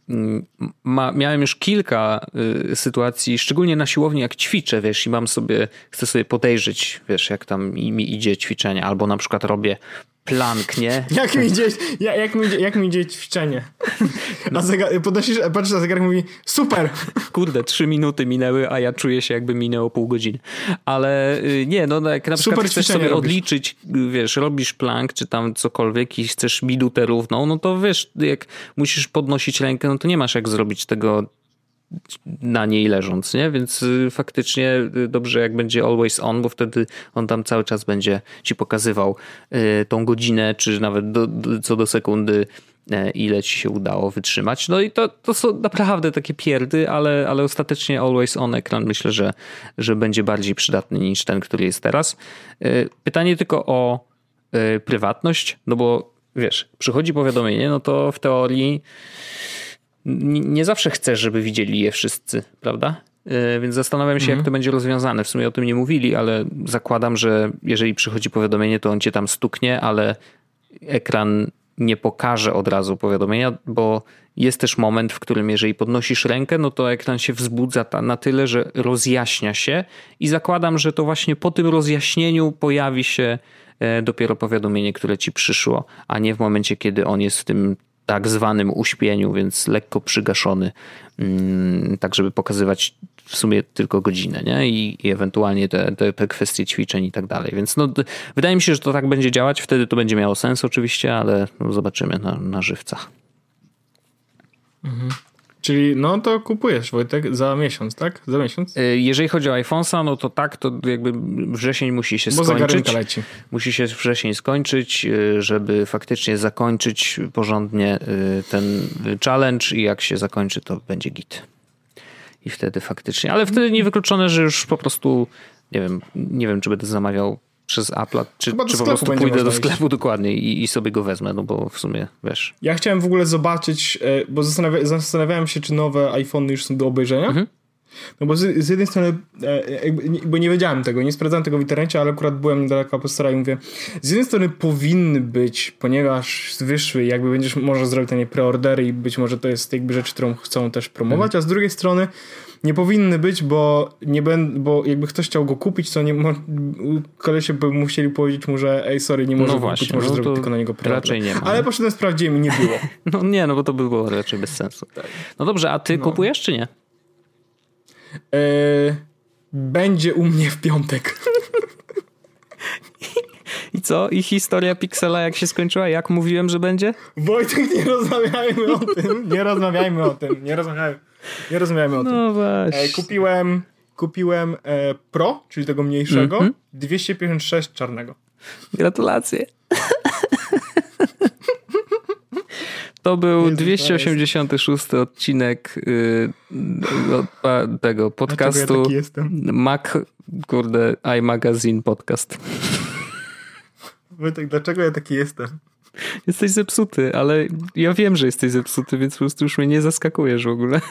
ma, miałem już kilka y, sytuacji, szczególnie na siłowni, jak ćwiczę, wiesz, i mam sobie, chcę sobie podejrzeć, wiesz, jak tam mi idzie ćwiczenie, albo na przykład robię plank, nie? Jak mi idzie, jak, jak mi idzie, jak mi idzie ćwiczenie? A zegar, podnosisz, patrzysz na zegarek i mówi super. Kurde, trzy minuty minęły, a ja czuję się, jakby minęło pół godziny. Ale nie, no jak na przykład chcesz sobie robisz. odliczyć, wiesz, robisz plank, czy tam cokolwiek i chcesz minutę równą, no to wiesz, jak musisz podnosić rękę, no to nie masz jak zrobić tego na niej leżąc, nie? Więc faktycznie dobrze jak będzie always on, bo wtedy on tam cały czas będzie ci pokazywał tą godzinę, czy nawet do, do, co do sekundy, ile ci się udało wytrzymać. No i to, to są naprawdę takie pierdy, ale, ale ostatecznie always on ekran myślę, że, że będzie bardziej przydatny niż ten, który jest teraz. Pytanie tylko o prywatność, no bo wiesz, przychodzi powiadomienie, no to w teorii nie zawsze chcesz, żeby widzieli je wszyscy, prawda? Więc zastanawiam się, mhm. jak to będzie rozwiązane. W sumie o tym nie mówili, ale zakładam, że jeżeli przychodzi powiadomienie, to on cię tam stuknie, ale ekran nie pokaże od razu powiadomienia, bo jest też moment, w którym jeżeli podnosisz rękę, no to ekran się wzbudza na tyle, że rozjaśnia się i zakładam, że to właśnie po tym rozjaśnieniu pojawi się dopiero powiadomienie, które ci przyszło, a nie w momencie, kiedy on jest w tym tak zwanym uśpieniu, więc lekko przygaszony, tak żeby pokazywać w sumie tylko godzinę, nie? I, i ewentualnie te, te, te kwestie ćwiczeń i tak dalej. Więc no, wydaje mi się, że to tak będzie działać, wtedy to będzie miało sens oczywiście, ale no, zobaczymy na, na żywcach. Mhm. Czyli no to kupujesz, Wojtek, za miesiąc, tak? Za miesiąc? Jeżeli chodzi o iPhone'a, no to tak, to jakby wrzesień musi się Bo skończyć. Leci. Musi się wrzesień skończyć, żeby faktycznie zakończyć porządnie ten challenge i jak się zakończy, to będzie git. I wtedy faktycznie, ale wtedy niewykluczone, że już po prostu, nie wiem, nie wiem, czy będę zamawiał przez Apple'a, czy, czy po prostu pójdę do sklepu iść. dokładnie i, i sobie go wezmę, no bo w sumie, wiesz. Ja chciałem w ogóle zobaczyć, bo zastanawia, zastanawiałem się, czy nowe iPhony już są do obejrzenia. Mhm. No bo z, z jednej strony, bo nie wiedziałem tego, nie sprawdzałem tego w internecie, ale akurat byłem niedaleko Apple Store'a i mówię, z jednej strony powinny być, ponieważ wyszły, jakby będziesz może zrobić te preordery i być może to jest jakby rzecz, którą chcą też promować, mhm. a z drugiej strony nie powinny być, bo nie będę, bo jakby ktoś chciał go kupić, to nie mo- kolesie by musieli powiedzieć mu, że ej, sorry, nie może no kupić, właśnie, może no zrobić tylko na niego preorder. Raczej nie ma. Ale poszedłem, sprawdziłem i nie było. No nie, no bo to by było raczej bez sensu. No dobrze, a ty no. kupujesz czy nie? Yy, będzie u mnie w piątek. I co? I historia Pixela jak się skończyła? Jak mówiłem, że będzie? Wojtek, nie rozmawiajmy o tym. Nie rozmawiajmy o tym. Nie rozmawiajmy, nie rozmawiajmy o tym. No właśnie. E, kupiłem kupiłem e, Pro, czyli tego mniejszego, mm-hmm. dwieście pięćdziesiąt sześć czarnego. Gratulacje. To był Jezu, dwieście osiemdziesiąty szósty odcinek yy, tego podcastu. Ja taki jestem? Mac, kurde, iMagazine podcast. Wojtek, dlaczego ja taki jestem? Jesteś zepsuty, ale ja wiem, że jesteś zepsuty, więc po prostu już mnie nie zaskakujesz w ogóle.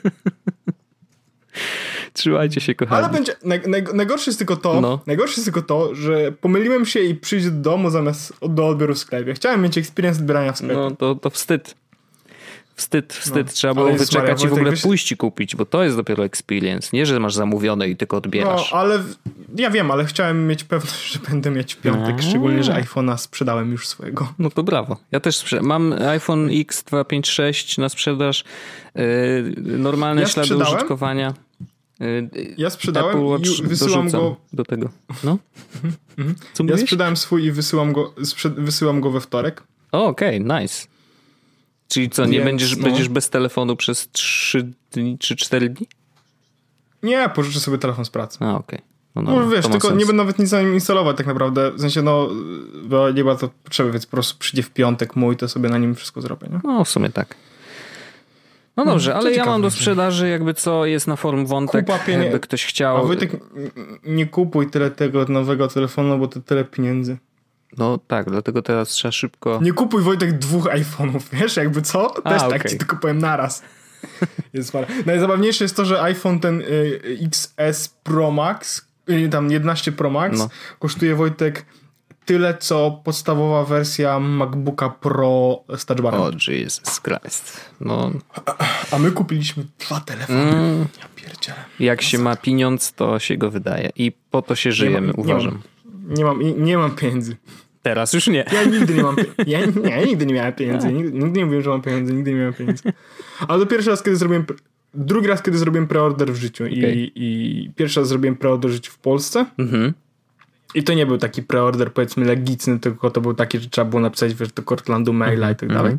Trzymajcie się, kochani. Ale będzie, naj, naj, najgorsze jest tylko to, no. najgorsze jest tylko to, że pomyliłem się i przyjść do domu zamiast do odbioru w sklepie. Chciałem mieć experience odbierania w sklepie. No to, to wstyd. Wstyd, wstyd. No. Trzeba było wyczekać Maria, i w ogóle wiesz... pójść i kupić, bo to jest dopiero experience. Nie, że masz zamówione i tylko odbierasz. No, ale ja wiem, ale chciałem mieć pewność, że będę mieć w piątek. A. Szczególnie, że iPhone'a sprzedałem już swojego. No to brawo. Ja też sprzedałem. Mam iPhone X dwieście pięćdziesiąt sześć na sprzedaż. Yy, normalne ja ślady użytkowania. Ja sprzedałem i wysyłam go do tego. No? Co ja sprzedałem swój i wysyłam go, wysyłam go we wtorek. O, okej, okay, nice. Czyli co, nie Więc, będziesz, no. będziesz bez telefonu przez trzy dni czy cztery dni? Nie, pożyczę sobie telefon z pracy. A, okej. Okay. No, no, no wiesz, tylko sens. Nie będę nawet nic na nim instalować tak naprawdę. W sensie, no, bo nie ma to potrzeby, więc po prostu przyjdzie w piątek mój, to sobie na nim wszystko zrobię. Nie? No, w sumie tak. No dobrze, no, ale ja mam do sprzedaży jakby co jest na forum wątek, Kupa pienie... jakby ktoś chciał. A Wojtek, nie kupuj tyle tego nowego telefonu, bo to tyle pieniędzy. No tak, dlatego teraz trzeba szybko... Nie kupuj, Wojtek, dwóch iPhone'ów, wiesz, jakby co? Też A, tak okay. ci tylko powiem naraz. Jest parę. Najzabawniejsze jest to, że iPhone ten y, X S Pro Max, y, tam jedenaście Pro Max, no. kosztuje, Wojtek, tyle, co podstawowa wersja MacBooka Pro z Touch Barem. O, Jesus Christ. No. A my kupiliśmy dwa telefony. Mm. Ja pierdzielę. Jak się ma pieniądz, to się go wydaje. I po to się żyjemy, nie mam, uważam. Nie mam, nie mam, nie mam pieniędzy. Teraz już nie. Ja nigdy nie mam pieniędzy. Ja, nie, ja nigdy nie miałem pieniędzy. Nigdy, nigdy nie mówiłem, że mam pieniędzy. Nigdy nie miałem pieniędzy. Ale to pierwszy raz, kiedy zrobiłem... Drugi raz, kiedy zrobiłem preorder w życiu. Okay. I, I pierwszy raz zrobiłem preorder w życiu w Polsce. Mhm. I to nie był taki preorder, powiedzmy, legitny, tylko to był taki, że trzeba było napisać, wiesz, do Cortlandu maila mm-hmm. i tak dalej.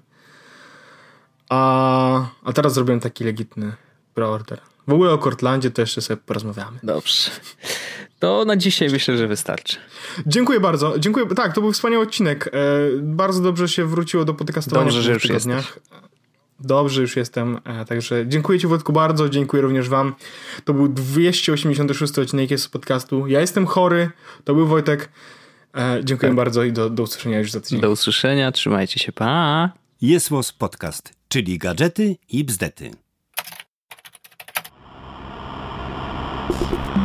A, a teraz zrobiłem taki legitny preorder. W ogóle o Cortlandzie to jeszcze sobie porozmawiamy. Dobrze. To na dzisiaj myślę, że wystarczy. Dziękuję bardzo. Dziękuję. Tak, to był wspaniały odcinek. E, bardzo dobrze się wróciło do podcastowania. Dobrze, że już jesteś. Dobrze, już jestem. E, także dziękuję ci, Wojtku, bardzo. Dziękuję również wam. To był dwieście osiemdziesiąty szósty odcinek jest podcastu. Ja jestem chory. To był Wojtek. E, dziękuję tak. bardzo i do, do usłyszenia już za tydzień. Do usłyszenia. Trzymajcie się. Pa! Jest Podcast, czyli gadżety i bzdety.